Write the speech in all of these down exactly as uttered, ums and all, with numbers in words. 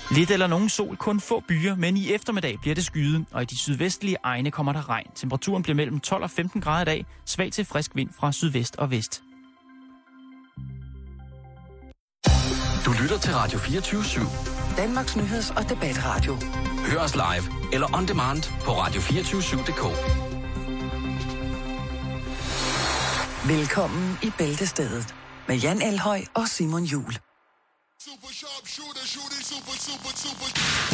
Lidt eller nogen sol, kun få byer, men i eftermiddag bliver det skyet, og i de sydvestlige egne kommer der regn. Temperaturen bliver mellem tolv og femten grader i dag, svag til frisk vind fra sydvest og vest. Du lytter til Radio fireogtyve syv. Danmarks nyheds- og debatradio. Hør os live eller on demand på radio to fire syv punktum d k. Velkommen i Bæltestedet med Jan Elhøj og Simon Juhl. Super sharp shooter, shooting super, super, super.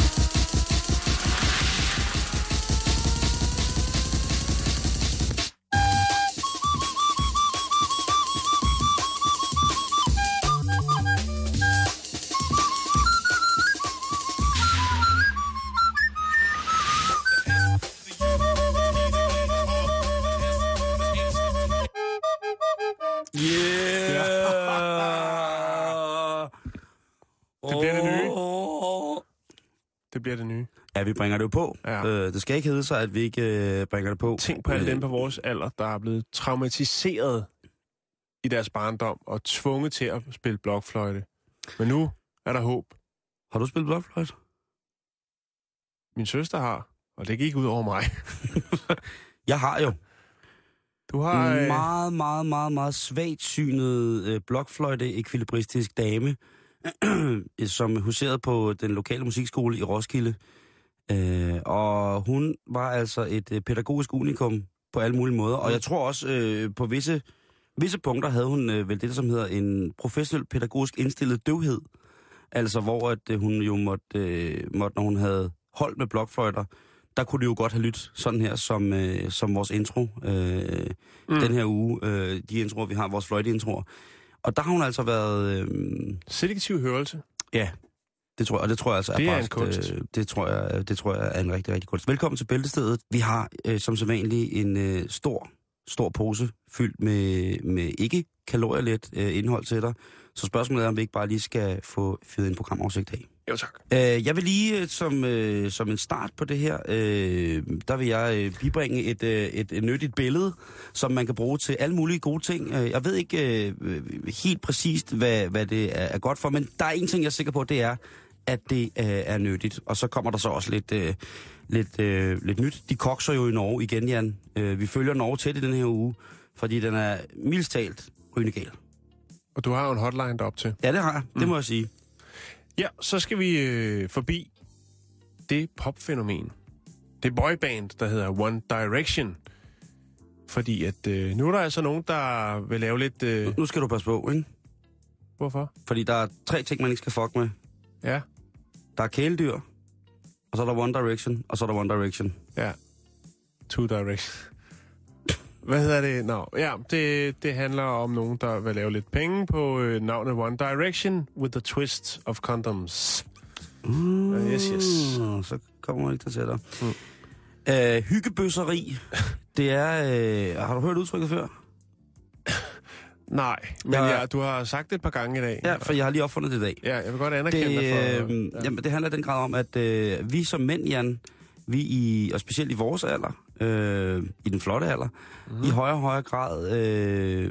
Det bliver det nye. Det bliver det nye. Ja, vi bringer det jo på. Ja. Øh, det skal ikke hedde sig, at vi ikke øh, bringer det på. Tænk på alle dem på vores alder, der er blevet traumatiseret i deres barndom og tvunget til at spille blokfløjte. Men nu er der håb. Har du spillet blokfløjte? Min søster har, og det gik ud over mig. Jeg har jo. Du har... En Øh... meget, meget, meget, meget svagt synet øh, blokfløjte-ekvilibristisk dame, som huserede på den lokale musikskole i Roskilde. Øh, og hun var altså et øh, pædagogisk unikum på alle mulige måder. Og jeg tror også, øh, på visse, visse punkter havde hun øh, vel det, som hedder en professionel pædagogisk indstillet døvhed. Altså hvor at, øh, hun jo måtte, øh, måtte, når hun havde holdt med blokfløjter, der kunne det jo godt have lyttet sådan her, som, øh, som vores intro øh, mm. den her uge. Øh, de introer, vi har, vores fløjteintroer. Og der har hun altså været... Øh, Selektiv hørelse. Ja, det tror jeg, og det tror jeg altså det er, er bare, en kunst. Øh, det, tror jeg, det tror jeg er en rigtig, rigtig kunst. Velkommen til Bæltestedet. Vi har øh, som sædvanligt en øh, stor, stor pose fyldt med, med ikke kalorielet øh, indhold til dig. Så spørgsmålet er, om vi ikke bare lige skal få fyret en programoversigt af. Jo, tak. Øh, jeg vil lige øh, som, øh, som en start på det her, øh, der vil jeg øh, bibringe et, øh, et, et nyttigt billede, som man kan bruge til alle mulige gode ting. Jeg ved ikke øh, helt præcist, hvad, hvad det er, er godt for, men der er en ting, jeg er sikker på, det er, at det øh, er nyttigt. Og så kommer der så også lidt, øh, lidt, øh, lidt nyt. De kokser jo i Norge igen, Jan. Øh, vi følger Norge tæt i den her uge, fordi den er mildest talt rygende gal. Og du har jo en hotline derop til. Ja, det har jeg. Det mm. må jeg sige. Ja, så skal vi øh, forbi det popfænomen. Det boyband, der hedder One Direction. Fordi at øh, nu er der altså nogen, der vil lave lidt... Øh... Nu skal du passe på, ikke? Hvorfor? Fordi der er tre ting, man ikke skal fuck med. Ja. Der er kæledyr, og så er der One Direction, og så er der One Direction. Ja. Two Direction. Hvad hedder det? No. Ja, det, det handler om nogen, der vil lave lidt penge på øh, navnet One Direction with a twist of condoms. Mm, uh, yes, yes. Så kommer man ikke til at sætte dig. Mm. Uh, hyggebøsseri, det er... Uh, har du hørt udtrykket før? Nej, men ja, ja, du har sagt det et par gange i dag. Ja, for jeg har lige opfundet det i dag. Ja, jeg vil godt anerkende det, dig for... Øh, ja. Jamen, det handler i den grad om, at øh, vi som mænd, Jan, vi i, og specielt i vores alder, øh, i den flotte alder, mm. i højere og højere grad, øh,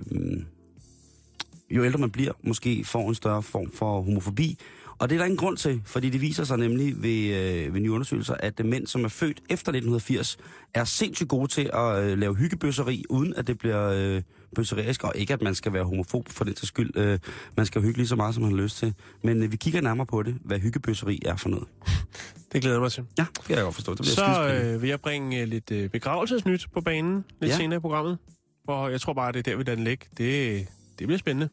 jo ældre man bliver, måske får en større form for homofobi. Og det er der ingen grund til, fordi det viser sig nemlig ved, øh, ved nye undersøgelser, at øh, mænd, som er født efter nitten firs, er sindssygt gode til at øh, lave hyggebøsseri, uden at det bliver øh, bøsserisk, og ikke at man skal være homofob for den til skyld. Øh, man skal jo hygge lige så meget, som man har lyst til. Men øh, vi kigger nærmere på det, hvad hyggebøsseri er for noget. Det glæder mig til. Ja, det kan jeg godt forstå. Det bliver så øh, vil jeg bringe øh, lidt øh, begravelsesnyt på banen lidt ja. senere i programmet. Og jeg tror bare, det er der, vi den ligge. Det, det bliver spændende.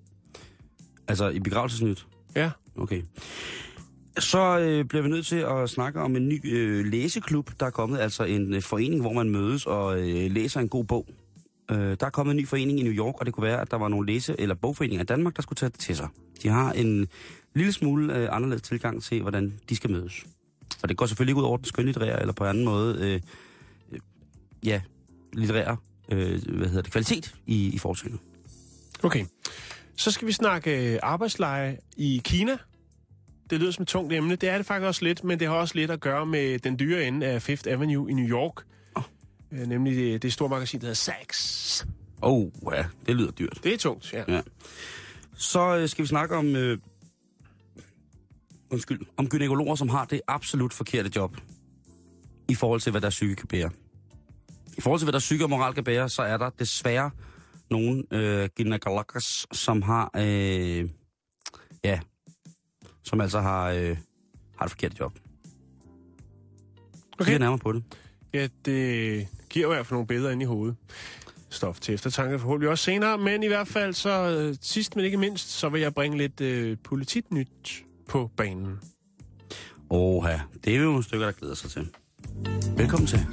Altså i begravelsesnyt? Ja. Okay. Så øh, bliver vi nødt til at snakke om en ny øh, læseklub. Der er kommet altså en øh, forening, hvor man mødes og øh, læser en god bog. Øh, der er kommet en ny forening i New York, og det kunne være, at der var nogle læse- eller bogforeninger i Danmark, der skulle tage det til sig. De har en lille smule øh, anderledes tilgang til, hvordan de skal mødes. Og det går selvfølgelig ikke ud over den skønlitterære, eller på en anden måde, øh, øh, ja, litterære, øh, hvad hedder det, kvalitet i, i foretagendet. Okay. Så skal vi snakke arbejdsleje i Kina. Det lyder som et tungt emne. Det er det faktisk også lidt, men det har også lidt at gøre med den dyre ende af Fifth Avenue i New York. Oh. Øh, nemlig det, det store magasin, der hedder Saks. Åh, oh, ja, det lyder dyrt. Det er tungt, ja. ja. Så øh, skal vi snakke om... Øh, undskyld, om gynækologer, som har det absolut forkerte job i forhold til, hvad deres psyke kan bære. I forhold til, hvad deres psyke og moral kan bære, så er der desværre nogle øh, gynækologer, som har, øh, ja, som altså har, øh, har det forkerte job. Okay. Jeg nærmere på det. Ja, det giver jo i hvert fald nogle billeder ind i hovedet. Stof til eftertanke forhåbentlig også senere, men i hvert fald så øh, sidst, men ikke mindst, så vil jeg bringe lidt øh, politiknyt på banen. Åha, det er jo nogle stykker, der glæder sig til. Velkommen til.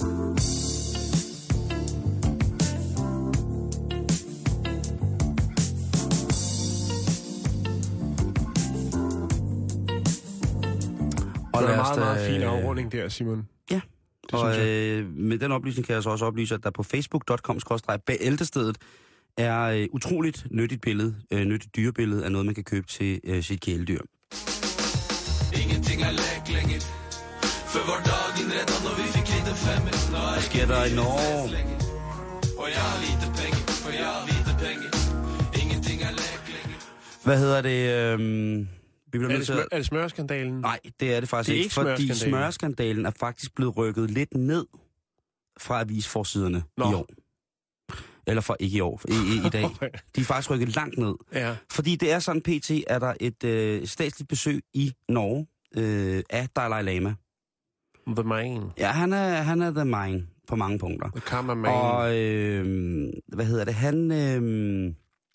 Og det er en meget, meget fin afrunding der, Simon. Ja, det og øh, med den oplysning kan jeg så også oplyse, at der på facebook punktum com skråstreg bæltestedet er øh, utroligt nyttigt billede, øh, nyttigt dyrebillede af noget, man kan købe til øh, sit kæledyr. Ingenting er læglængigt. Før var dagen redder, når vi fik lite femme. Hvad sker der i Norge? Og jeg har lite penge, for jeg har lite penge. Ingenting er læglængigt. Hvad hedder det? Øh... Er det, smør, er det smørskandalen? Nej, det er det faktisk det er ikke, ikke fordi smørskandalen er faktisk blevet rykket lidt ned fra avisforsiderne i år. Eller fra ikke i år, i, i, i dag. De er faktisk rykket langt ned. Ja. Fordi det er sådan, pt. Er der et øh, statsligt besøg i Norge øh, af Dalai Lama. The man. Ja, han er, han er the man på mange punkter. The common man. Og øh, hvad hedder det? Han, øh,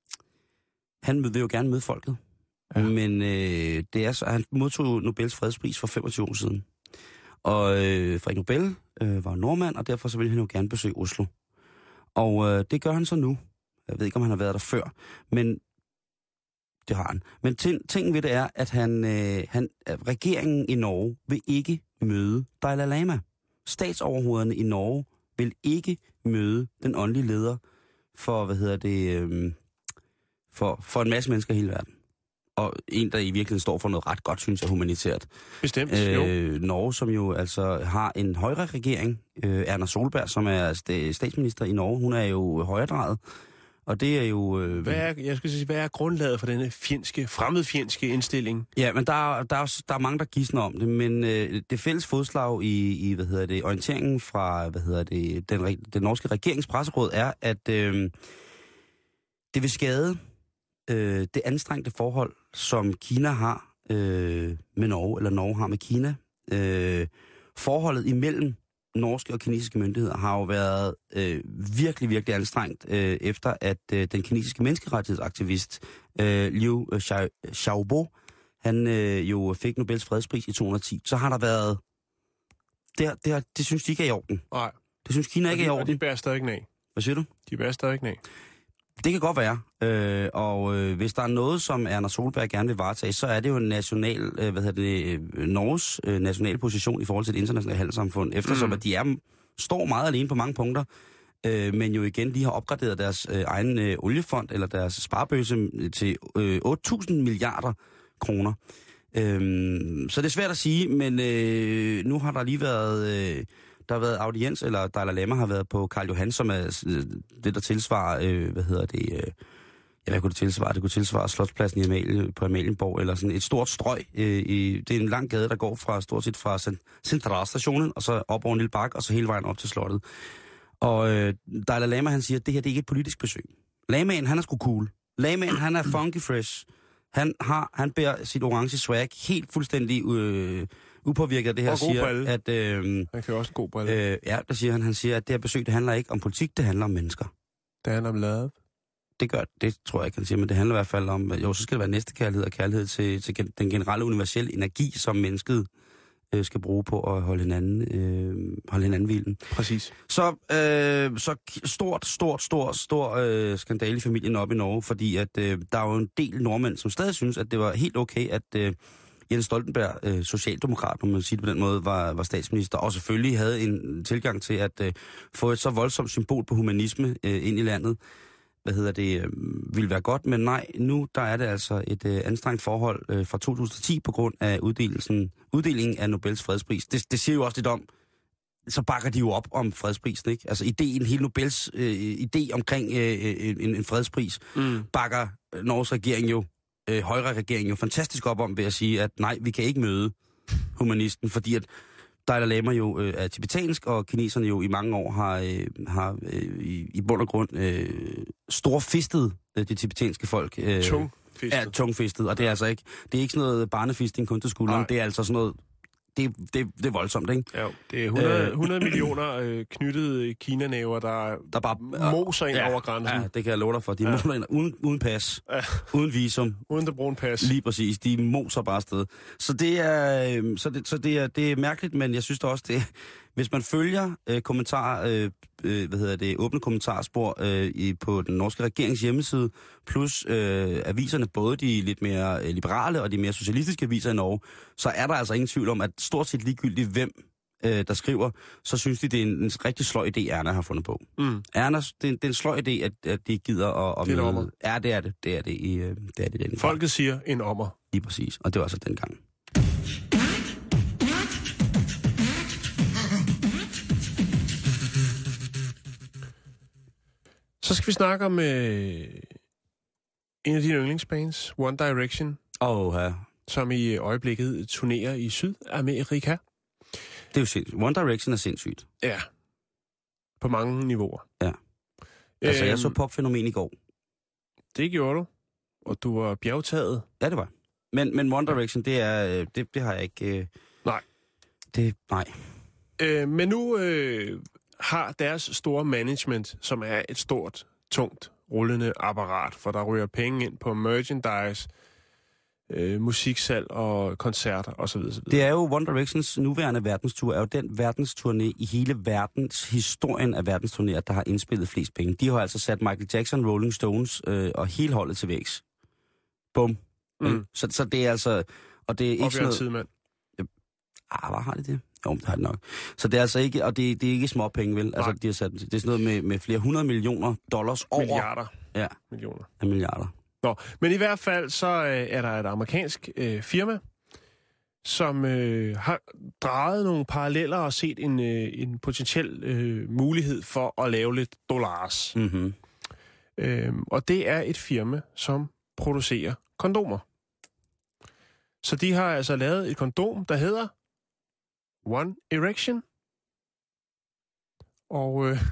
han vil jo gerne møde folket. Ja. Men øh, det er så, han modtog Nobels fredspris for femogtyve år siden. Og øh, Frederik Nobel øh, var nordmand, og derfor så ville han jo gerne besøge Oslo. Og øh, det gør han så nu. Jeg ved ikke, om han har været der før, men det har han. Men tingen ved det er, at han, øh, han, regeringen i Norge vil ikke møde Dalai Lama. Statsoverhovederne i Norge vil ikke møde den åndelige leder for, hvad hedder det, øh, for, for en masse mennesker i hele verden. Og en, der i virkeligheden står for noget ret godt, synes jeg, humanitært. Bestemt, øh, jo. Norge, som jo altså har en højre regering. Øh, Erna Solberg, som er statsminister i Norge, hun er jo højredrejet. Og det er jo... Øh, hvad er, jeg skal sige, hvad er grundlaget for denne fjendske, fremmedfjendske indstilling? Ja, men der, der, er, der er mange, der gidsner om det, men øh, det fælles fodslag i, i, hvad hedder det, orienteringen fra, hvad hedder det, den, den norske regeringspresseråd er, at øh, det vil skade øh, det anstrengte forhold, som Kina har øh, med Norge, eller Norge har med Kina. Øh, forholdet imellem norske og kinesiske myndigheder har jo været øh, virkelig, virkelig anstrengt, øh, efter at øh, den kinesiske menneskerettighedsaktivist øh, Liu Xiaobo, han øh, jo fik Nobels fredspris i to tusind og ti. Så har der været... Det, det, det synes de ikke er i orden. Nej. Det synes Kina ikke er i orden. Og de bærer stadig ikke af. Hvad siger du? De bærer stadig ikke af. Det kan godt være, øh, og øh, hvis der er noget, som Erna Solberg gerne vil varetage, så er det jo en national, øh, hvad hedder det, øh, Norges øh, nationale position i forhold til det internationale handelssamfund, eftersom mm. at de er, står meget alene på mange punkter, øh, men jo igen lige har opgraderet deres øh, egen øh, oliefond, eller deres sparebøsse til øh, otte tusind milliarder kroner. Øh, så det er svært at sige, men øh, nu har der lige været... Øh, Der har været audiens, eller Dalai Lama har været på Karl Johan, som er det, der tilsvarer, øh, hvad hedder det, øh, ja, hvad kunne det tilsvare? Det kunne tilsvare Slotspladsen i Amalie, på Amalienborg, eller sådan et stort strøg. Øh, i, det er en lang gade, der går fra stort set fra Centralstationen, og så op over en lille bakke, og så hele vejen op til slottet. Og øh, Dalai Lama, han siger, at det her det er ikke et politisk besøg. Lamaen, han er sgu cool. Lamaen, han er funky fresh. Han, har, han bærer sit orange swag helt fuldstændig... Øh, upåvirket af det her, siger, brille. at... Øh, han kan jo også en god brille. Øh, ja, der siger han, han siger, at det her besøg, det handler ikke om politik, det handler om mennesker. Det handler om love. Det gør det, tror jeg ikke, han siger, men det handler i hvert fald om, jo, så skal det være næstekærlighed og kærlighed til, til den generelle universelle energi, som mennesket øh, skal bruge på at holde hinanden, øh, holde hinanden hvilen. Præcis. Så, øh, så stort, stort, stort, stor øh, skandale i familien op i Norge, fordi at øh, der er jo en del nordmænd, som stadig synes, at det var helt okay, at... Øh, Jens Stoltenberg, øh, socialdemokrat, når man siger det på den måde, var, var statsminister, og selvfølgelig havde en tilgang til at øh, få et så voldsomt symbol på humanisme øh, ind i landet. Hvad hedder det? Øh, ville være godt, men nej, nu der er det altså et øh, anstrengt forhold øh, fra to tusind og ti på grund af uddelelsen, uddelingen af Nobels fredspris. Det, det siger jo også lidt om, så bakker de jo op om fredsprisen, ikke? Altså ideen, hele Nobels øh, idé omkring øh, en, en fredspris, mm. bakker Norges regering jo øh, højre-regeringen jo fantastisk op om ved at sige, at nej, vi kan ikke møde humanisten, fordi at Dalai Lama jo øh, er tibetansk, og kineserne jo i mange år har, øh, har øh, i, i bund og grund øh, storfistet øh, det tibetanske folk. Øh, Tungfistet. Ja, tungfistet, og det er altså ikke, det er ikke sådan noget barnefisting kun til skulderen, Nej. det er altså sådan noget, det, det, det er voldsomt, ikke? Ja, det er hundrede, hundrede millioner øh, knyttede kinanæver, der, Der bare moser ind ja, over grænsen. Ja, det kan jeg love dig for. De ja. moser ind uden, uden pas, Ja. uden visum. Uden det brune pas. Lige præcis, de moser bare afsted. Så det er, øh, så det, så det er, det er mærkeligt, men jeg synes da også, det, hvis man følger øh, kommentarer, øh, øh, hvad hedder det, åbne kommentarspor øh, i, på den norske regerings hjemmeside, plus øh, aviserne, både de lidt mere øh, liberale og de mere socialistiske aviser i Norge, så er der altså ingen tvivl om, at stort set ligegyldigt hvem, øh, der skriver, så synes de, det er en, en rigtig sløj idé, Erna har fundet på. Mm. Erna, det, er, det er en sløj idé, at, at de gider at, at Det er møde. ommer. Ja, det er det. Det er det i, øh, det er det den Folket siger en ommer. Lige præcis, og det var altså dengang. Så skal vi snakke om øh, en af dine yndlingsbands, One Direction, Åh, ja. som i øjeblikket turnerer i Sydamerika. Det er jo sindssygt. One Direction er sindssygt. Ja, på mange niveauer. Ja. Altså, jeg Øhm, så Popfænomen i går. Det gjorde du, og du var bjergtaget. Ja, det var. Men, men One Direction, det er, øh, det, det har jeg ikke... Øh, Nej. Det, nej. Øh, men nu øh, har deres store management, som er et stort, tungt, rullende apparat, for der ryger penge ind på merchandise, øh, musiksalg og koncerter osv. osv. Det er jo One Directions nuværende verdenstur, er jo den verdensturné i hele verdens historien af verdensturnéer, der har indspillet flest penge. De har altså sat Michael Jackson, Rolling Stones øh, og hele holdet til vægs. Bum. Mm. Så, så det er altså... Og det er ikke Og sådan noget... Tidemand. Ah, hvad har de det? Jo, det har de nok. Så det er altså ikke, og det, det er ikke små penge, vel? Altså, de har sat, det er sådan noget med, med flere hundrede millioner dollars over. Milliarder. Ja, Millioner. af milliarder. Nå, men i hvert fald så øh, er der et amerikansk øh, firma, som øh, har drejet nogle paralleller og set en, øh, en potentiel øh, mulighed for at lave lidt dollars. Mhm. Øhm, og det er et firma, som producerer kondomer. Så de har altså lavet et kondom, der hedder One Erection. Og øh,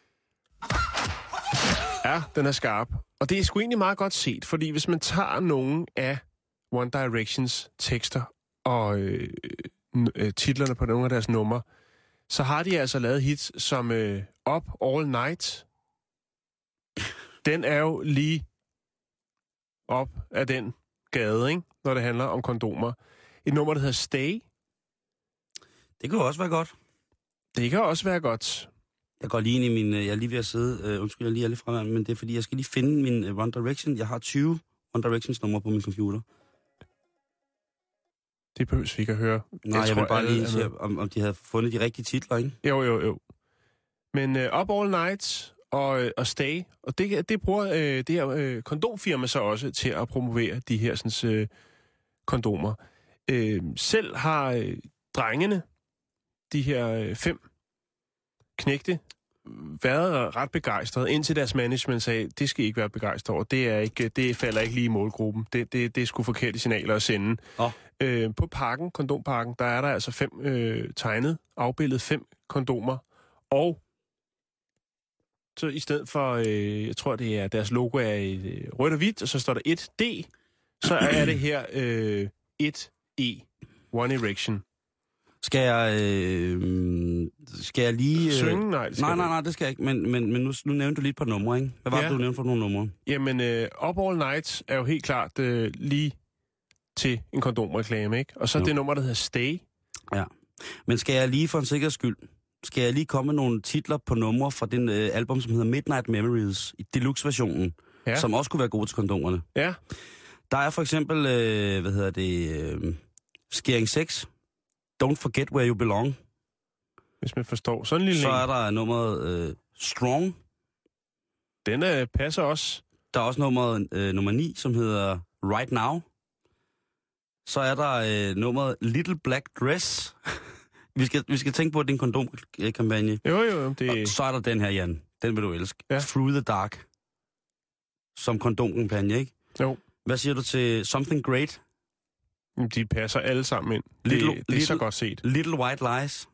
ja, den er skarp. Og det er sgu egentlig meget godt set, fordi hvis man tager nogle af One Directions tekster og øh, øh, titlerne på nogle af deres numre, så har de altså lavet hits som øh, Up All Night. Den er jo lige op af den gade, ikke? Når det handler om kondomer. Et nummer, der hedder Stay. Det kan jo også være godt. Det kan også være godt. Jeg går lige ind i min... Jeg er lige ved at sidde... Uh, undskyld, jeg er lige alle fremme, men det er fordi, jeg skal lige finde min uh, One Direction. Jeg har tyve One Directions numre på min computer. Det behøves vi ikke at høre. Nej, jeg, jeg tror, vil bare alle lige er se, med. om, om de havde fundet de rigtige titler, ikke? Jo, jo, jo. Men uh, Up All Night og, og Stay, og det, det bruger uh, det her uh, kondomfirma så også til at promovere de her sådan, uh, kondomer. Uh, selv har uh, drengene, de her uh, fem knægte, været ret begejstrede, indtil deres management sagde, det skal I ikke være begejstret over. Det, er ikke, det falder ikke lige i målgruppen. Det, det, det er sgu forkerte signaler at sende. Oh. Øh, på pakken, kondompakken, der er der altså fem øh, tegnet, afbildet fem kondomer. Og så i stedet for, øh, jeg tror det er, deres logo er i øh, rødt og hvidt, og så står der et D, så er det her øh, et E, One Erection. Skal jeg... Øh, skal jeg lige... Øh... Synge? Nej, det skal nej, nej, du nej, det skal jeg ikke. Men, men, men nu, nu nævnte du lige et par numre, ikke? Hvad var Ja. det, du nævnte for nogle numre? Jamen, øh, Up All Night er jo helt klart øh, lige til en kondomreklame, ikke? Og så Jo. det nummer, der hedder Stay. Ja. Men skal jeg lige for en sikkerheds skyld, skal jeg lige komme med nogle titler på numre fra den øh, album, som hedder Midnight Memories, i deluxe-versionen, Ja. som også kunne være gode til kondomerne. Ja. Der er for eksempel, øh, hvad hedder det, øh, Skæring seks, Don't Forget Where You Belong. Hvis man forstår. Sådan en lille Så en. er der nummeret øh, Strong. Den øh, passer også. Der er også nummeret øh, nummer ni, som hedder Right Now. Så er der øh, nummeret Little Black Dress. vi, skal, vi skal tænke på, at det er en kondomkampagne. Jo, jo, jo. Det... Og så er der den her, Jan. Den vil du elske. Ja. Through the Dark. Som kondomkampagne, ikke? Jo. Hvad siger du til Something Great? De passer alle sammen ind. Little, det, det er little, så godt set. Little White Lies.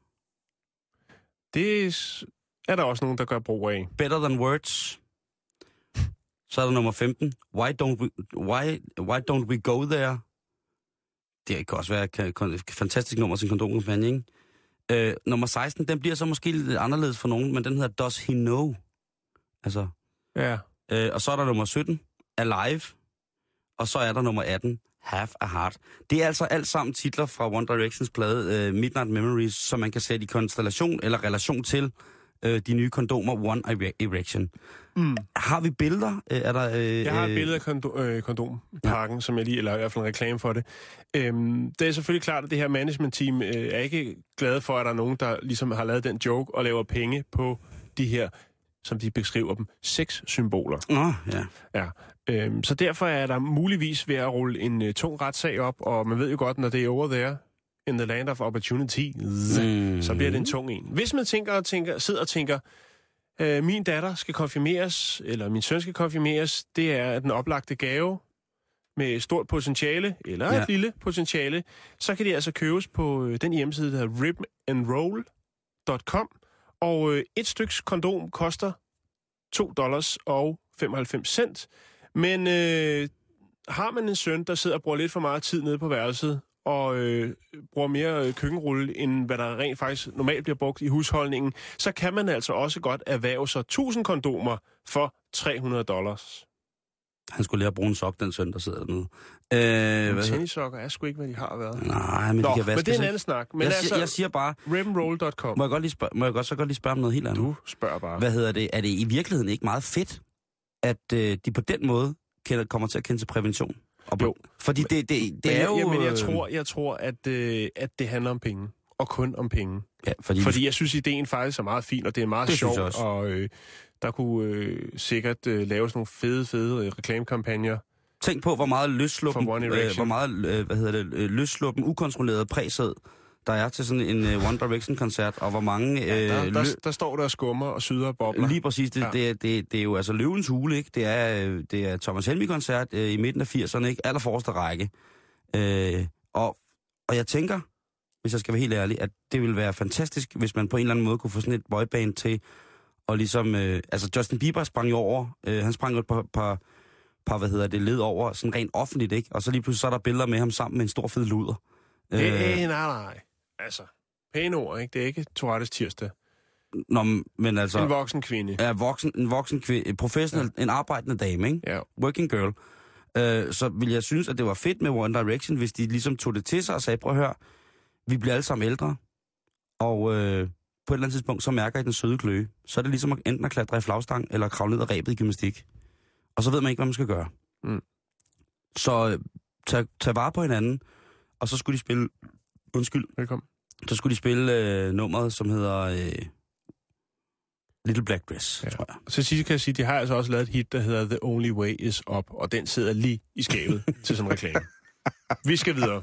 Det er der også nogen, der gør brug af. Better Than Words. Så er der nummer femten. Why don't we, why, why don't we go there? Det kan også være et fantastisk nummer til en kondomkampagne, ikke? Øh, nummer seksten, den bliver så måske lidt anderledes for nogen, men den hedder Does He Know? Altså. Ja. Øh, og så er der nummer sytten, Alive. Og så er der nummer atten, Have a Heart. Det er altså alt sammen titler fra One Directions plade uh, Midnight Memories, som man kan sætte i konstellation eller relation til uh, de nye kondomer One Erection. Mm. Har vi billeder? Uh, er der, uh, jeg har et billede af kondo- øh, kondompakken, ja. som jeg lige, eller i hvert fald en reklame for det. Øhm, det er selvfølgelig klart, at det her management-team øh, er ikke glade for, at der er nogen, der ligesom har lavet den joke og laver penge på de her, som de beskriver dem, sexsymboler. Nå, ja. Ja. Øhm, så derfor er der muligvis ved at rulle en uh, tung retssag op, og man ved jo godt, når det er over there, in the land of opportunity, mm. så bliver det en tung en. Hvis man tænker og tænker, sidder og tænker, øh, min datter skal konfirmeres, eller min søn skal konfirmeres, det er den oplagte gave med stort potentiale, eller ja. et lille potentiale, så kan de altså købes på øh, den hjemmeside, der hedder rib and roll punktum com, og øh, et styks kondom koster to dollars og femoghalvfems cent. Men øh, har man en søn, der sidder og bruger lidt for meget tid nede på værelset, og øh, bruger mere øh, køkkenrulle, end hvad der rent faktisk normalt bliver brugt i husholdningen, så kan man altså også godt erhverve sig tusind kondomer for tre hundrede dollars. Han skulle lære at bruge en sok, den søn, der sidder dernede. Øh, tennissokker er sgu ikke, hvad de har været. Nej, men Nå, de kan vaske. Men det er en anden snak. Men jeg, altså, siger, jeg siger bare... rib and roll punktum com. Må jeg godt lige spørge, må jeg godt, så godt lige spørge om noget helt andet? Du spørger bare. Hvad hedder det? Er det i virkeligheden ikke meget fedt, at øh, de på den måde kender, kommer til at kende til prævention? Og jo. Fordi det, det, det er jo... Jamen, jeg tror, jeg tror at, øh, at det handler om penge. Og kun om penge. Ja, fordi fordi jeg synes, ideen faktisk er meget fin, og det er meget det sjovt. Og øh, der kunne øh, sikkert øh, laves nogle fede, fede øh, reklamekampagner. Tænk på, hvor meget løssluppen, øh, hvor meget, øh, hvad hedder det, øh, løssluppen, ukontrolleret præsæd, der er til sådan en uh, One Direction-koncert, og hvor mange... Øh, ja, der, der, lø... der står der og skummer og syder og bobler. Lige præcis. Det, ja. det, det, det er jo altså Løvens Hule, ikke? Det er, det er Thomas Helmig-koncert øh, i midten af firserne, ikke? Allerforreste række. Øh, og, og jeg tænker, hvis jeg skal være helt ærlig, at det ville være fantastisk, hvis man på en eller anden måde kunne få sådan et boyband til, og ligesom... Øh, altså, Justin Bieber sprang jo over. Øh, han sprang jo et par... par par, hvad hedder det, led over, sådan rent offentligt, ikke? Og så lige pludselig så er der billeder med ham sammen med en stor fed luder. Øh, nej, nej. Altså, pæne ord, ikke? Det er ikke Tourettes tirsdag. Nå, men altså... En voksen kvinde. Ja, voksen, en voksen kvinde, professionel, ja. En arbejdende dame, ikke? Ja. Working girl. Øh, så ville jeg synes, at det var fedt med One Direction, hvis de ligesom tog det til sig og sagde, prøv at høre, vi bliver alle sammen ældre, og øh, på et eller andet tidspunkt, så mærker I den søde kløe. Så er det ligesom enten at klatre i flagstang, eller kravle ned ad rebet i gymnastik. Og så ved man ikke, hvad man skal gøre. Mm. Så tag, tag vare på hinanden, og så skulle de spille... Undskyld. Velkommen. Så skulle de spille øh, nummeret, som hedder øh, Little Black Dress, ja. Tror jeg. Så sidst kan jeg sige, at de har altså også lavet et hit, der hedder The Only Way Is Up, og den sidder lige i skabet til sådan en reklame. Vi skal videre.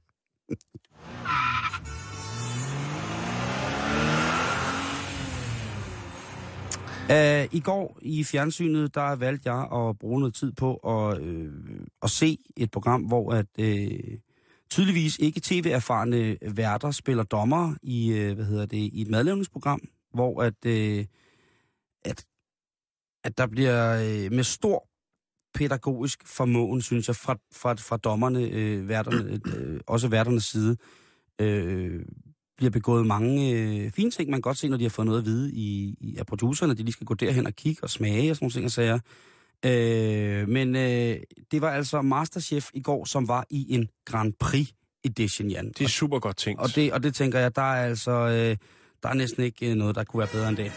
Uh, I går i fjernsynet, der valgte jeg at bruge noget tid på at, øh, at se et program, hvor at øh, tydeligvis ikke tv-erfarne værter spiller dommer i, øh, hvad hedder det, i et madlavningsprogram, hvor at, øh, at, at der bliver øh, med stor pædagogisk formåen, synes jeg, fra, fra, fra dommerne, øh, værterne, øh, også værternes side, øh, bliver begået mange øh, fine ting, man kan godt se, når de har fået noget at vide i, i, af producerne, de lige skal gå derhen og kigge og smage og sådan nogle ting og sager. Øh, men øh, det var altså Masterchef i går, som var i en Grand Prix edition, Jan. Det er super godt tænkt. Og det, og det tænker jeg, der er altså øh, der er næsten ikke noget, der kunne være bedre end det.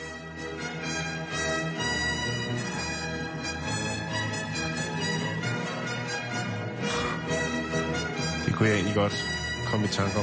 Det kunne jeg egentlig godt komme i tanke om.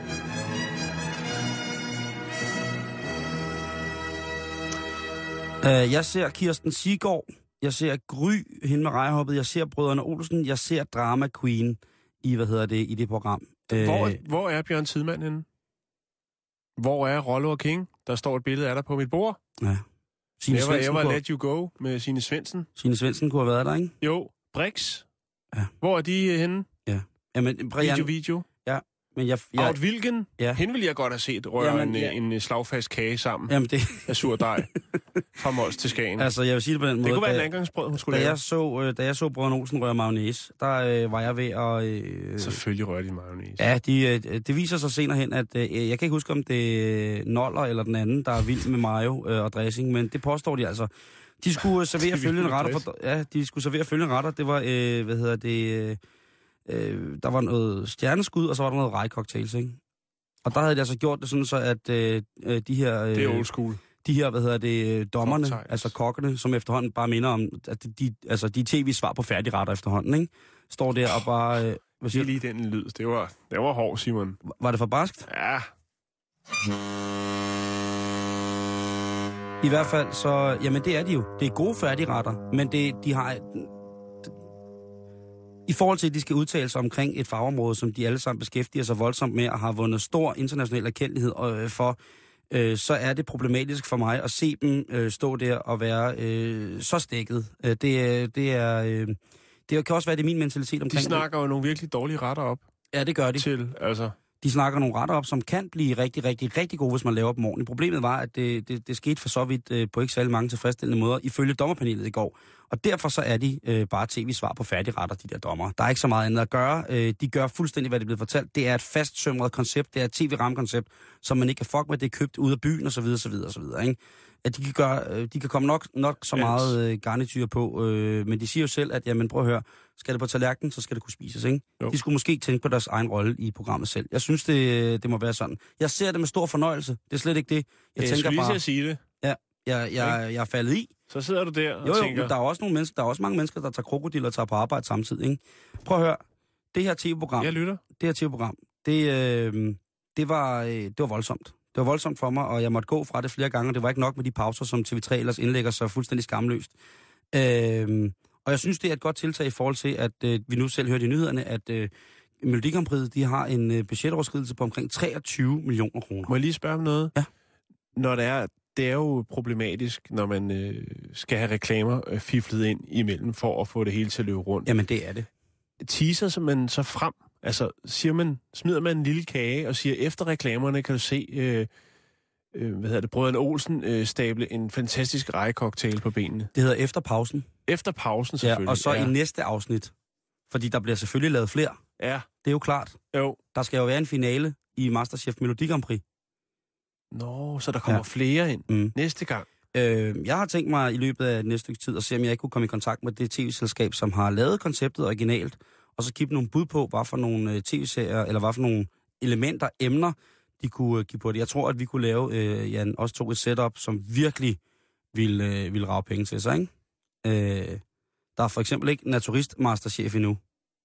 Uh, jeg ser Kirsten Siggaard, jeg ser Gry, hende med rejehoppet, jeg ser Brødrene Olsen, jeg ser Drama Queen i, hvad hedder det, i det program. Hvor, uh, hvor er Bjørn Tidemand henne? Hvor er Rollo og King? Der står et billede af dig på mit bord. Ja. Signe Never Svendsen ever kunne... let you go med Signe Svendsen. Signe Svendsen kunne have været der, ikke? Jo. Brix. Ja. Hvor er de øh, henne? Ja. Jamen, Brian, Video, video. Ja, men jeg... Ja. jeg Out Wilgen, ja. hende ville jeg godt have set røre Jamen, en, ja. en, en slagfast kage sammen Jamen, det... af surdej fra Mols til Skagen. altså, jeg vil sige det på den måde... Det kunne være da, en landgangsbrød, hun skulle da lave. jeg så, øh, da jeg så Brødren Olsen røre mayonnaise, der øh, var jeg ved at... Øh, Selvfølgelig rører de mayonnaise. ja, de, øh, det viser sig senere hen, at... Øh, jeg kan ikke huske, om det er Noller eller den anden, der er vild med mayo øh, og dressing, men det påstår de altså. De skulle servere følgende retter. For, ja, de skulle servere følgende retter. Det var, øh, hvad hedder det... Øh, øh, der var noget stjerneskud, og så var der noget rejcocktails, ikke? Og der havde de altså gjort det sådan så, at øh, de her... Øh, Det er old school. De her, hvad hedder det, dommerne, Cocktails. altså kokkene, som efterhånden bare minder om, at de, altså de tv-svar på færdigretter efterhånden, ikke? Står der og bare... Øh, hvad Det siger er lige den lyd. Det var, det var hård, Simon. du? Var det for barskt? Ja. I hvert fald, så... Jamen, det er de jo. Det er gode færdigretter, men det, de har... I forhold til, at de skal udtale sig omkring et fagområde, som de alle sammen beskæftiger sig voldsomt med og har vundet stor international erkendelighed øh, for, øh, så er det problematisk for mig at se dem øh, stå der og være øh, så stikket. Øh, det, det er... Øh, det kan også være, det er min mentalitet omkring De snakker jo nogle virkelig dårlige retter op det. Ja, det gør de. til, altså... De snakker nogle retter op, som kan blive rigtig, rigtig, rigtig gode, hvis man laver dem ordentligt. Problemet var, at det, det, det skete for så vidt øh, på ikke særlig mange tilfredsstillende måder, ifølge dommerpanelet i går. Og derfor så er de øh, bare tv-svar på færdigretter, de der dommer. Der er ikke så meget andet at gøre. Øh, de gør fuldstændig, hvad det er blevet fortalt. Det er et fastsømret koncept, det er et tv-ramkoncept, som man ikke kan fuck med, det er købt ud af byen, osv., osv., osv., ikke? At de kan, gøre, øh, de kan komme nok, nok så meget øh, garnityr på, øh, men de siger jo selv, at jamen, prøv at høre, skal det på tallerkenen, så skal det kunne spises, ikke? Jo. De skulle måske tænke på deres egen rolle i programmet selv. Jeg synes, det, det må være sådan. Jeg ser det med stor fornøjelse. Det er slet ikke det. Jeg, Jeg tænker skulle lige til bare, at sige det. ja, jeg, jeg, jeg er faldet i. Så sidder du der og Jo, jo, tænker... men der er også nogle mennesker, der er også mange mennesker, der tager krokodiller og tager på arbejde samtidig, ikke? Prøv at høre. Det her tv-program, Jeg lytter. det her tv-program, det, øh, det, var, øh, det var voldsomt. Det var voldsomt for mig, og jeg måtte gå fra det flere gange, og det var ikke nok med de pauser, som T V tre ellers indlægger sig fuldstændig skamløst. Øh, og jeg synes, det er et godt tiltag i forhold til, at øh, vi nu selv hørte i nyhederne, at øh, Melodi Grand Prix, de har en øh, budgetoverskridelse på omkring treogtyve millioner kroner. Må jeg lige spørge om noget? Ja. Når det er, det er jo problematisk, når man øh, skal have reklamer øh, fiflet ind imellem for at få det hele til at løbe rundt. Jamen, det er det. Teaser som man så frem, altså siger man, smider man en lille kage og siger, efter reklamerne kan du se, øh, øh, hvad hedder det, Brødrene Olsen øh, stable en fantastisk rejecocktail på benene. Det hedder Efter pausen. Efter pausen Ja, selvfølgelig. og så ja. I næste afsnit, fordi der bliver selvfølgelig lavet flere. Ja, Det er jo klart. jo. Der skal jo være en finale i Masterchef Melodi Grand Prix. Nå, så der kommer Ja. flere ind Mm. næste gang. Øh, jeg har tænkt mig i løbet af næste stykke tid at se, om jeg ikke kunne komme i kontakt med det tv-selskab, som har lavet konceptet originalt, og så give dem nogle bud på, hvad for nogle øh, tv-serier, eller hvad for nogle elementer, emner, de kunne øh, give på det. Jeg tror, at vi kunne lave, øh, Jan, også to et setup, som virkelig ville, øh, ville rage penge til sig, ikke? Øh, der er for eksempel ikke naturist masterchef endnu.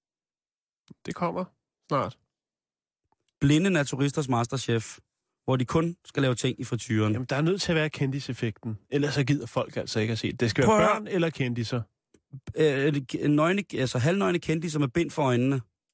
Det kommer snart. Blinde naturisters masterchef, hvor de kun skal lave ting i frityren. Jamen, der er nødt til at være kendiseffekten. Ellers så gider folk altså ikke at se det. Det skal Prøv være at børn eller kendiser. Øh, nøgne, altså halvnøgne kendte, med bind for øjnene.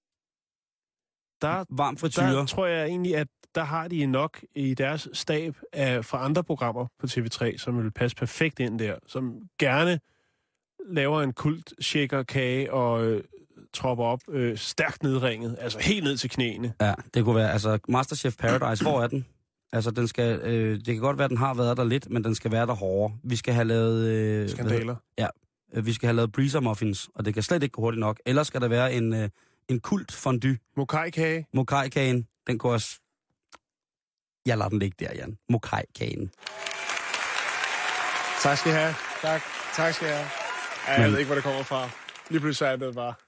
Der, Varm frityre. der tror jeg egentlig, at der har de nok i deres stab af, fra andre programmer på T V tre, som vil passe perfekt ind der. Som gerne laver en kult shaker kage og øh, tropper op øh, stærkt nedringet. Altså helt ned til knæene. Ja, det kunne være, altså Masterchef Paradise, hvor er den? Altså, den skal, øh, det kan godt være, at den har været der lidt, men den skal være der hårdere. Vi skal have lavet... Øh, Skandaler. Ja, øh, vi skal have lavet breezer muffins, og det kan slet ikke gå hurtigt nok. Ellers skal der være en, øh, en kult fondue. Mokai-kage. Mokai-kagen, den kunne også... Jeg lader den ligge der, Jan. Mokai-kagen. Tak skal I have. Tak. Tak skal I have. Ja, jeg ved ikke, hvor det kommer fra. Lige pludselig er det bare.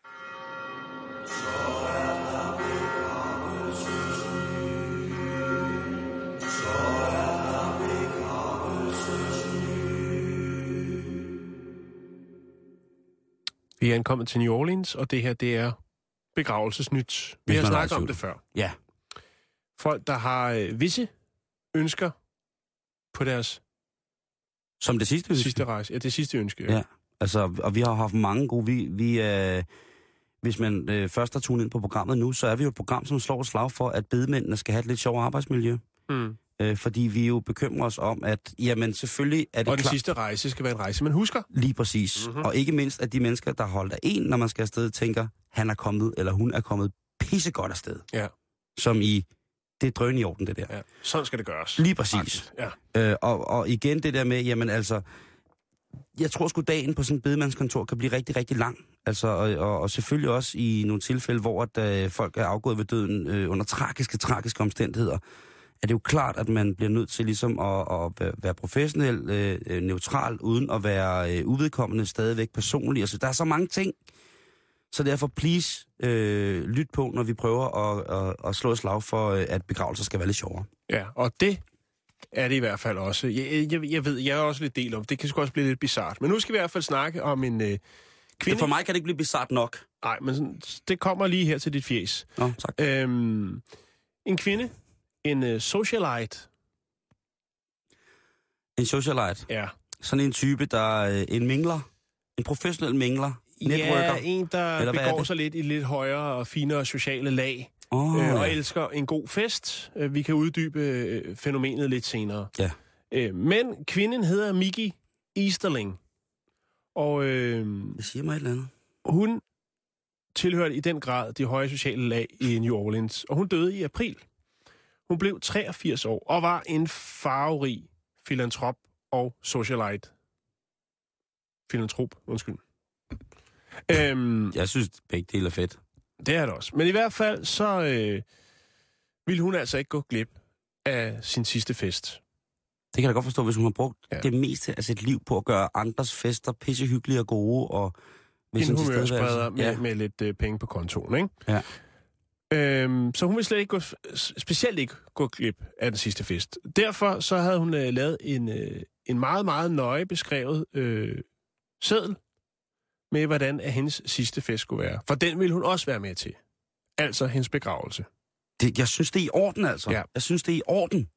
Vi er ankommet til New Orleans, og det her, det er begravelsesnyt. Vi Hvis har man er i snakket om tvivl. det før. Ja. Folk, der har øh, visse ønsker på deres Som det sidste ønske. sidste rejse. Ja, det sidste ønske. Ja, altså, og vi har haft mange gode... Vi, vi, øh, hvis man øh, først har tunet ind på programmet nu, så er vi jo et program, som slår et slag for, at bedemændene skal have et lidt sjovere arbejdsmiljø. Mm. Øh, fordi vi jo bekymrer os om, at jamen selvfølgelig er det Og den klar... sidste rejse skal være en rejse, man husker. Lige præcis. Mhm. Og ikke mindst, at de mennesker, der holdt af en, når man skal afsted, tænker, han er kommet, eller hun er kommet pissegodt afsted. Ja. Som i, det er drøn i orden, det der. Ja, sådan skal det gøres. Lige præcis. Faktisk. Ja. Øh, og, og igen det der med, jamen altså, jeg tror sgu dagen på sådan et bedemandskontor kan blive rigtig, rigtig lang. Altså, og, og, og selvfølgelig også i nogle tilfælde, hvor at, øh, folk er afgået ved døden øh, under tragiske, tragiske omstændigheder, er det jo klart, at man bliver nødt til ligesom at, at være professionel, øh, neutral, uden at være øh, uvedkommende, stadigvæk personlig. Altså, der er så mange ting. Så derfor, please, øh, lyt på, når vi prøver at, at, at slå et slag for, at begravelser skal være lidt sjovere. Ja, og det er det i hvert fald også. Jeg, jeg, jeg ved, jeg er også lidt del om det. kan sgu også blive lidt bizart. Men nu skal vi i hvert fald snakke om en øh, kvinde... For mig kan det ikke blive bizart nok. Nej, men sådan, det kommer lige her til dit fjes. Nå, tak. Øhm, en kvinde, en øh, socialite. En socialite. Ja. Sådan en type, der er øh, en mingler. En professionel mingler. Networker. Ja, en, der Eller hvad er begår det? sig lidt i lidt højere og finere sociale lag. Oh, øh, og ja. elsker en god fest. Øh, Vi kan uddybe øh, fænomenet lidt senere. Ja. Øh, Men kvinden hedder Miggy Easterling. Og øh, Det siger mig et eller andet. hun tilhørte i den grad de høje sociale lag i New Orleans. Og hun døde i april. Hun blev treogfirs år og var en farverig filantrop og socialite. Filantrop, undskyld. Øhm, Jeg synes, begge dele er fedt. Det er det også. Men i hvert fald, så øh, ville hun altså ikke gå glip af sin sidste fest. Det kan jeg da godt forstå, hvis hun har brugt Ja. ja. det meste af sit liv på at gøre andres fester pissehyggelige og gode. Og med En sin humørspreder tilstedeværelse. med, Ja. med lidt øh, penge på kontoen, ikke? Ja. Øhm, så hun ville slet ikke gå, specielt ikke gå glip af den sidste fest. Derfor så havde hun øh, lavet en, øh, en meget, meget nøje beskrevet øh, seddel med, hvordan at hendes sidste fest skulle være. For den ville hun også være med til. Altså hendes begravelse. Det, jeg synes, det er i orden, altså. Ja. Jeg synes, det er i orden.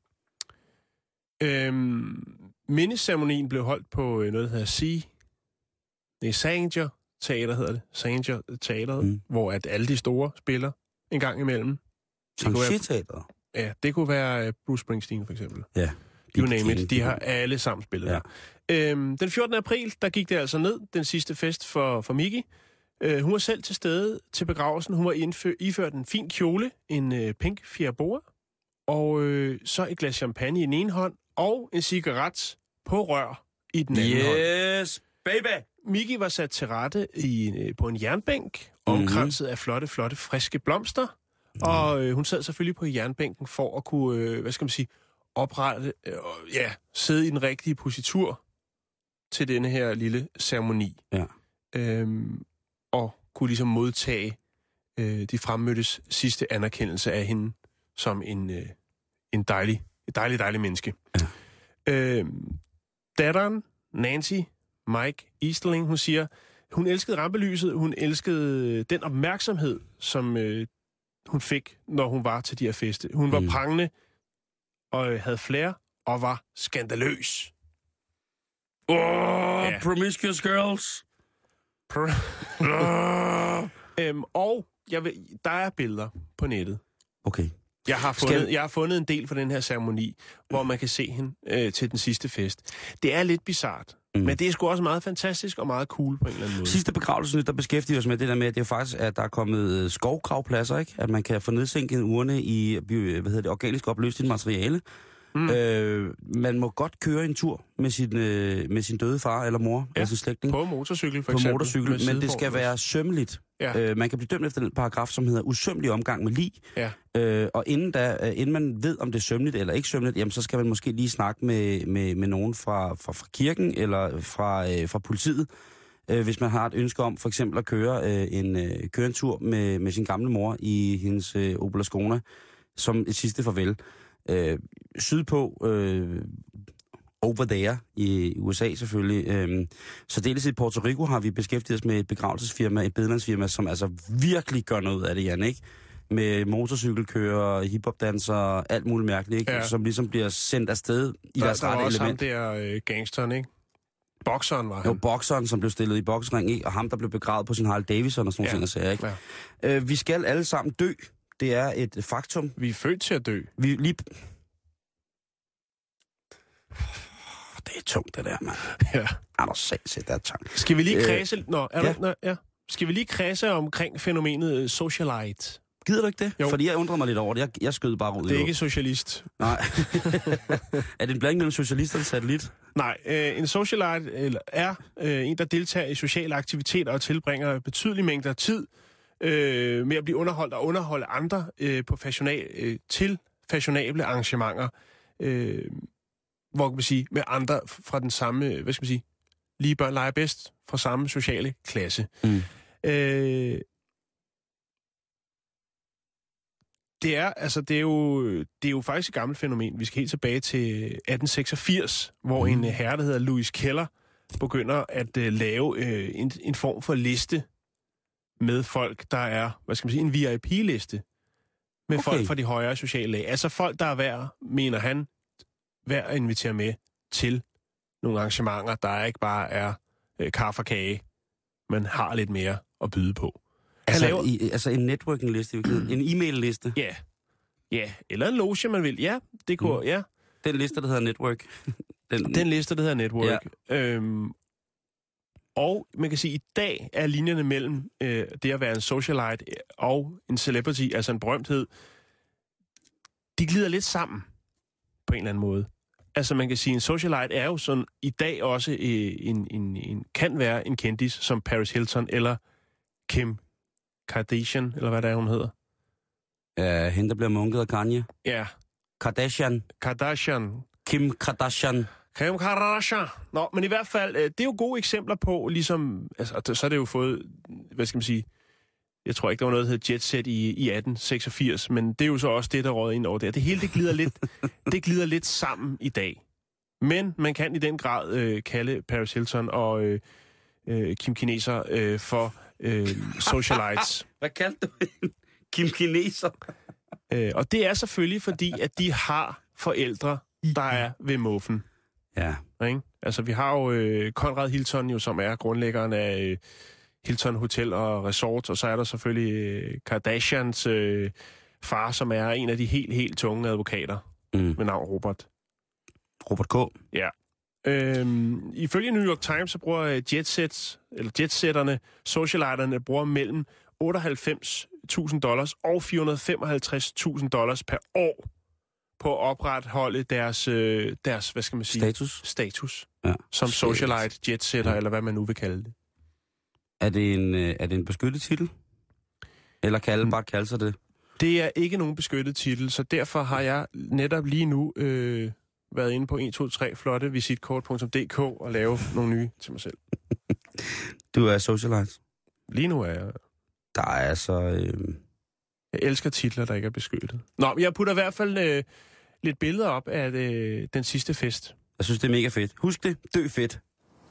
Øhm, mindeceremonien blev holdt på øh, noget, der hedder C. Nej, Sanger Teater hedder det. Sanger Teateret, mm. Mm. hvor at alle de store spiller en gang imellem. kunne være- Sanger-teateret. Ja, det kunne være øh, Bruce Springsteen for eksempel. Ja. You name it. De har alle sammen spillet Ja. der. Øhm, den fjortende april, der gik det altså ned, den sidste fest for, for Miggy. Øh, hun var selv til stede til begravelsen. Hun var indfø- iført en fin kjole, en øh, pink fiaboa, og øh, så et glas champagne i den ene hånd, og en cigaret på rør i den anden hånd. Yes, baby! Miggy var sat til rette i, øh, på en jernbænk, omkranset af flotte, flotte, friske blomster. Mm. Og øh, hun sad selvfølgelig på jernbænken for at kunne, øh, hvad skal man sige, oprette, øh, ja, sidde i den rigtige positur til denne her lille ceremoni. Ja. Øhm, og kunne ligesom modtage øh, de fremmødtes sidste anerkendelse af hende som en, øh, en dejlig, et dejlig, dejlig menneske. Ja. Øhm, datteren, Nancy Mike Easterling, hun siger, hun elskede rampelyset, hun elskede den opmærksomhed, som øh, hun fik, når hun var til de her feste. Hun var Mm. prangende og øh, havde flair og var skandaløs. Oh, Ja. ja. Promiscuous girls. øhm, og jeg vil, der er billeder på nettet. Okay. Jeg har, Skal- fundet, jeg har fundet en del fra den her ceremoni, hvor man kan se hende øh, til den sidste fest. Det er lidt bizart, mm. men det er sgu også meget fantastisk og meget cool på en eller anden måde. Sidste begravelse, der beskæftiger vi os med det der med, at det er faktisk, at der er kommet øh, skovgravpladser, ikke? At man kan få nedsænket urne i hvad hedder det, organisk opløseligt materiale. Mm. Øh, man må godt køre en tur med sin, øh, med sin døde far eller mor, Ja, altså slægtning. På motorcykel for på eksempel. motorcykel, med men det skal sideform. være sømmeligt. Ja. Øh, man kan blive dømt efter den paragraf, som hedder usømmelig omgang med lig. Ja. Øh, og inden, da, øh, inden man ved, om det er sømmeligt eller ikke sømmeligt, jamen, så skal man måske lige snakke med, med, med nogen fra, fra, fra kirken eller fra, øh, fra politiet, øh, hvis man har et ønske om for eksempel at køre, øh, en, øh, køre en tur med, med sin gamle mor i hendes øh, Opel Ascona som et sidste farvel. Øh, sydpå, øh, over there i U S A selvfølgelig. Øh, så dels i Puerto Rico har vi beskæftiget os med et begravelsesfirma, et bedemandsfirma, som altså virkelig gør noget af det, Jan, ikke? Med motorcykelkører, hiphopdansere, alt muligt mærkeligt, ikke? Ja. Som ligesom bliver sendt afsted i Der, deres der var rette også element. ham der øh, gangsteren, ikke? Bokseren var Jo, han. bokseren, som blev stillet i boksring, ikke? Og ham, der blev begravet på sin Harley Davidson og sådan nogle Ja. ting, og sager, ikke? Ja. Øh, vi skal alle sammen dø. Det er et faktum. Vi er født til at dø. Vi lige... Det er tungt, det der, mand. Ja. Er du sindssygt, det er tungt. Skal vi lige Øh, kredse... Nå, er ja. du... Nå, ja. Skal vi lige kredse omkring fænomenet socialite? Gider du ikke det? Jo. Fordi jeg undrede mig lidt over det. Jeg, jeg skød bare ud i Det er luften. ikke socialist. Nej. Er det en blanding mellem socialister og satellit? Nej, øh, en socialite eller er øh, en, der deltager i sociale aktiviteter og tilbringer betydelige mængder tid øh, med at blive underholdt og underholde andre øh, på fashional, øh, til fashionable arrangementer, øh, hvor kan man sige, med andre fra den samme, hvad skal man sige, lige børn leger bedst, fra samme sociale klasse. Mm. Øh, Det er, altså, det er, jo, det er jo faktisk et gammelt fænomen. Vi skal helt tilbage til atten seksogfirs, hvor mm. en herre, der hedder Louis Keller, begynder at uh, lave uh, en, en form for liste med folk, der er, hvad skal man sige, en V I P-liste med Okay. folk fra de højere sociale lag. Altså folk, der er værd, mener han, værd at invitere med til nogle arrangementer, der ikke bare er uh, kaffe og kage, men har lidt mere at byde på. Altså, laver- i, altså en networking-liste, en e-mail-liste. Ja, ja, eller en loge, man vil. Ja, det kunne, mm. ja. Den liste, der hedder network. Den, Den liste, der hedder Network. Ja. Øhm, og man kan sige, at i dag er linjerne mellem øh, det at være en socialite og en celebrity, altså en berømthed, de glider lidt sammen på en eller anden måde. Altså man kan sige, at en socialite er jo sådan i dag også øh, en, en, en, kan være en kendis som Paris Hilton eller Kim Kardashian, eller hvad det er, hun hedder. Uh, hende, der bliver munket af Kanye. Ja, Kardashian. Kardashian. Kim Kardashian. Kim Kardashian. Nå, men i hvert fald, øh, det er jo gode eksempler på, ligesom, altså, så er det jo fået, hvad skal man sige, jeg tror ikke, der var noget, der hed Jet Set i, i atten seksogfirs, men det er jo så også det, der råder ind over der. Det hele, det glider lidt, det glider lidt sammen i dag. Men man kan i den grad øh, kalde Paris Hilton og øh, øh, Kim Kineser øh, for øh, socialites. Hvad kaldte du hende? Kim Kineser. øh, og det er selvfølgelig fordi, at de har forældre, der er ved muffen. Ja. Ikke? Altså, vi har jo øh, Conrad Hilton, jo, som er grundlæggeren af øh, Hilton Hotel og Resort, og så er der selvfølgelig øh, Kardashians øh, far, som er en af de helt, helt tunge advokater Mm. med navn Robert. Robert K. Ja. Øhm, ifølge New York Times, så bruger øh, jetsets, eller jetsetterne, socialiterne, bruger mellem otteoghalvfems tusind dollars og fire hundrede og femoghalvtreds tusind dollars per år på at opretholde deres, øh, deres hvad skal man sige? Status. Status. Ja. Som socialite, jetsetter, Ja. eller hvad man nu vil kalde det. Er det en, øh, er det en beskyttet titel? Eller kan alle bare kalde sig det? Det er ikke nogen beskyttet titel, så derfor har jeg netop lige nu øh, været inde på en to tre flotte visitkort punktum d k og lave nogle nye til mig selv. Du er socialite. Lige nu er jeg... Der er altså... Øh... Jeg elsker titler, der ikke er beskyttet. Nå, men jeg putter i hvert fald øh, lidt billeder op af øh, den sidste fest. Jeg synes, det er mega fedt. Husk det. Dø fedt.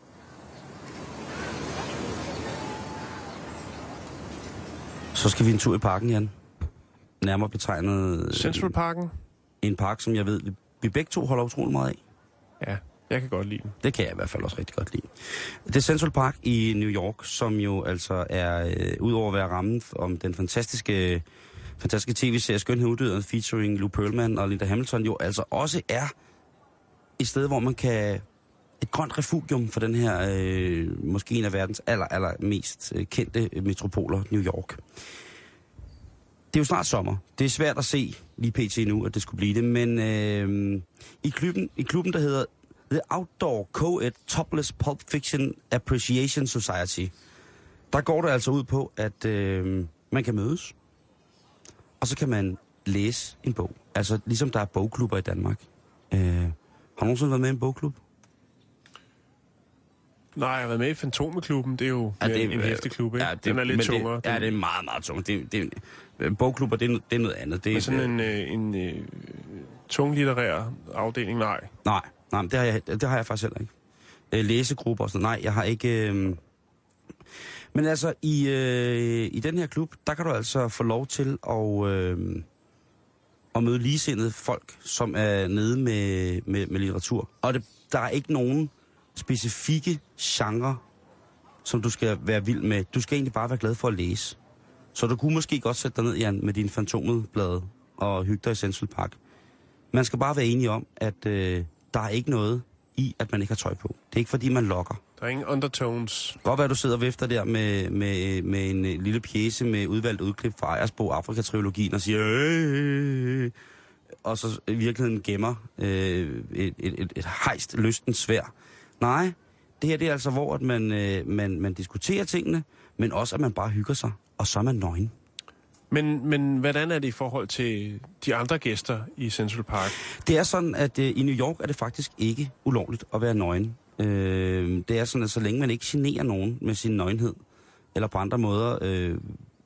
Så skal vi en tur i parken, Jan. Nærmere betegnet... øh, Central Parken? En park, som jeg ved, vi, vi begge to holder utrolig meget af. Ja, jeg kan godt lide den. Det kan jeg i hvert fald også rigtig godt lide. Det er Central Park i New York, som jo altså er, øh, udover at være rammen om den fantastiske, fantastiske tv-serie Skønhed Uddøden, featuring Lou Pearlman og Linda Hamilton, jo altså også er et sted, hvor man kan... Et grønt refugium for den her, øh, måske en af verdens aller, aller mest øh, kendte metropoler, New York. Det er jo snart sommer. Det er svært at se lige pt. Nu, at det skulle blive det, men øh, i, klubben, i klubben, der hedder The Outdoor Co-ed Topless Pulp Fiction Appreciation Society, der går det altså ud på, at øh, man kan mødes, og så kan man læse en bog. Altså ligesom der er bogklubber i Danmark. Øh, har du nogensinde været med i en bogklub? Nej, jeg har været med i Fantomeklubben. Det er jo Ja, ja, det en, en hæftig klub, ikke? Ja, det, den er lidt men tungere. Det, ja, det er meget, meget tungt. Det, det, bogklubber, det er, det er noget andet. Det er Men sådan en, øh, en øh, tunglitterær afdeling, nej. Nej, nej, det har jeg, det har jeg faktisk heller ikke. Øh, læsegrupper og sådan nej, jeg har ikke... Øh... Men altså, i, øh, i den her klub, der kan du altså få lov til at, øh, at møde ligesindede folk, som er nede med, med, med litteratur. Og det, der er ikke nogen specifikke genre, som du skal være vild med. Du skal egentlig bare være glad for at læse. Så du kunne måske godt sætte dig ned, Jan, med din Fantomet-blade og hygge dig i Central Park. Man skal bare være enige om, at øh, der er ikke noget i, at man ikke har tøj på. Det er ikke, fordi man lokker. Der er ingen undertones. Godt være, at du sidder og vifter der med, med, med en lille pjece med udvalgt udklip fra Ejersbo Afrika-trilogien og siger, øh, og så i virkeligheden gemmer øh, et, et, et, et hejst lystens svær. Nej, det her det er altså, hvor at man, øh, man, man diskuterer tingene, men også, at man bare hygger sig, og så er man nøgen. Men, men hvordan er det i forhold til de andre gæster i Central Park? Det er sådan, at øh, i New York er det faktisk ikke ulovligt at være nøgen. Øh, det er sådan, at så længe man ikke generer nogen med sin nøgenhed, eller på andre måder øh,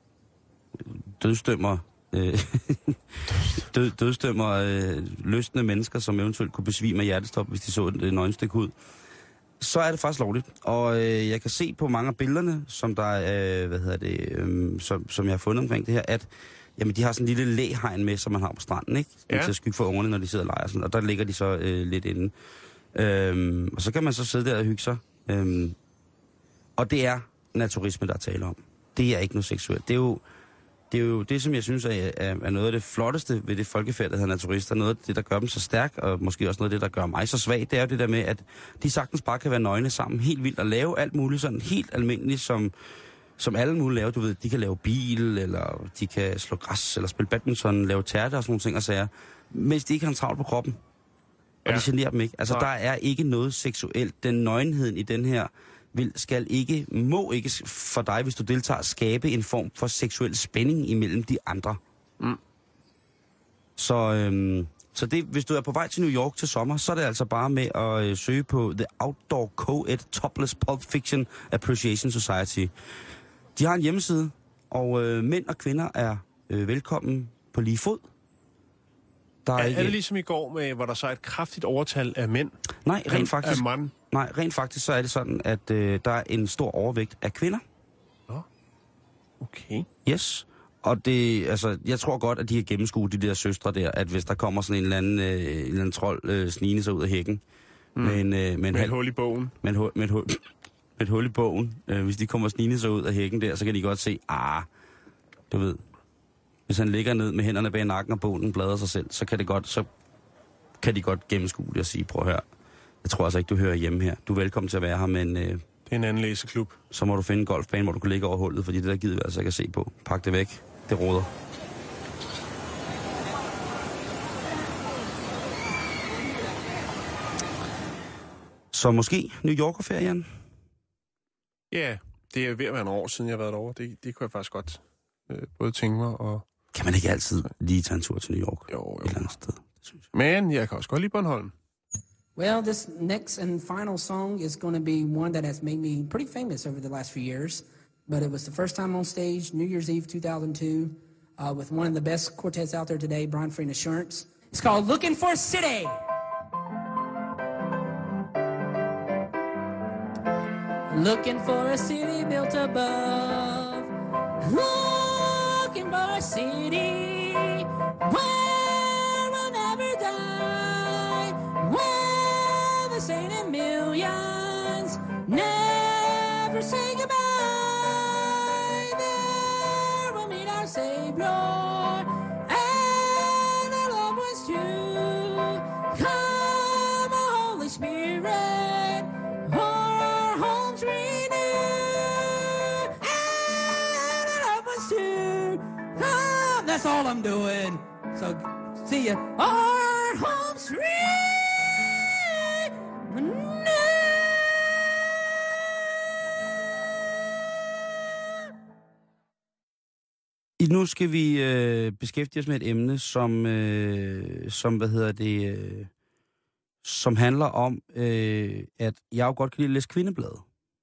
dødstømmer, øh, død, dødstømmer øh, lystende mennesker, som eventuelt kunne besvime af hjertestop, hvis de så et øh, nøgenstykke ud, så er det faktisk lovligt. Og øh, jeg kan se på mange af billederne, som der er, øh, hvad hedder det, øh, som, som jeg har fundet omkring det her, at jamen, de har sådan en lille læhegn med, som man har på stranden, ikke? Ja. Til at skygge for ungerne, når de sidder og leger sådan, og der ligger de så øh, lidt inde. Øhm, og så kan man så sidde der og hygge sig. Øhm, og det er naturisme, der taler om. Det er ikke noget seksuelt. Det er jo det, er jo det som jeg synes er, er, er noget af det flotteste ved det folkefærd, der hedder naturister. Noget af det, der gør dem så stærk, og måske også noget af det, der gør mig så svag, det er jo det der med, at de sagtens bare kan være nøgne sammen helt vildt og lave alt muligt sådan helt almindeligt, som, som alle mulige laver. Du ved, de kan lave bil, eller de kan slå græs, eller spille badminton, lave tærte og sådan nogle ting og sager, mens de ikke har en travl på kroppen. Og ja. Det generer dem ikke. Altså, nej. Der er ikke noget seksuelt. Den nøgenheden i den her vil, skal ikke, må ikke for dig, hvis du deltager, skabe en form for seksuel spænding imellem de andre. Mm. Så, øhm, så det, hvis du er på vej til New York til sommer, så er det altså bare med at øh, søge på The Outdoor Co-ed Topless Pulp Fiction Appreciation Society. De har en hjemmeside, og øh, mænd og kvinder er øh, velkommen på lige fod. Der er, er, ikke... er det ligesom i går, med, hvor der så er et kraftigt overtal af mænd? Nej, rent faktisk, af mand? nej, rent faktisk så er det sådan, at øh, der er en stor overvægt af kvinder. Nå, okay. Yes, og det, altså, jeg tror godt, at de kan gennemskue de der søstre der, at hvis der kommer sådan en eller anden, øh, en eller anden trold øh, snigende sig ud af hækken, mm. med, en, øh, med, en med halv... et hul i bogen. Med et hul, med et hul, med et hul i bogen. Øh, hvis de kommer snigende sig ud af hækken der, så kan de godt se, ah, du ved... Hvis han ligger ned med hænderne bag nakken og bogen bladrer sig selv, så kan det godt, så kan de godt gennemskue det og sige, prøv at høre, jeg tror altså ikke, du hører hjemme her. Du er velkommen til at være her, men øh, det er en anden læseklub. Så må du finde en golfbane, hvor du kan ligge over hullet, fordi det der gider vi altså ikke at se på. Pak det væk. Det råder. Så måske New Yorker-ferien? Ja, det er ved at være en år siden, jeg har været derovre. Det, det kunne jeg faktisk godt øh, både tænke mig og... Kan man ikke altid lige tage en tur til New York? Jo, jo. Et eller andet sted, synes jeg. Men jeg kan også godt lide Bornholm. Well, this next and final song is going to be one that has made me pretty famous over the last few years. But it was the first time on stage, New Year's Eve two thousand two, uh, with one of the best quartets out there today, Brian Free and Assurance. It's called Looking for a City. Looking for a city built above. Looking for a city where we'll never die. Where the saint and millions never say goodbye. There we'll meet our Savior and our loved ones too. Come, O Holy Spirit, our homes renew, and our loved ones too. Come, that's all I'm doing. So, see ya. Our homes renew. Nu skal vi øh, beskæftige os med et emne, som, øh, som hvad hedder det, øh, som handler om, øh, at jeg jo godt kan lide at læse Kvindeblad.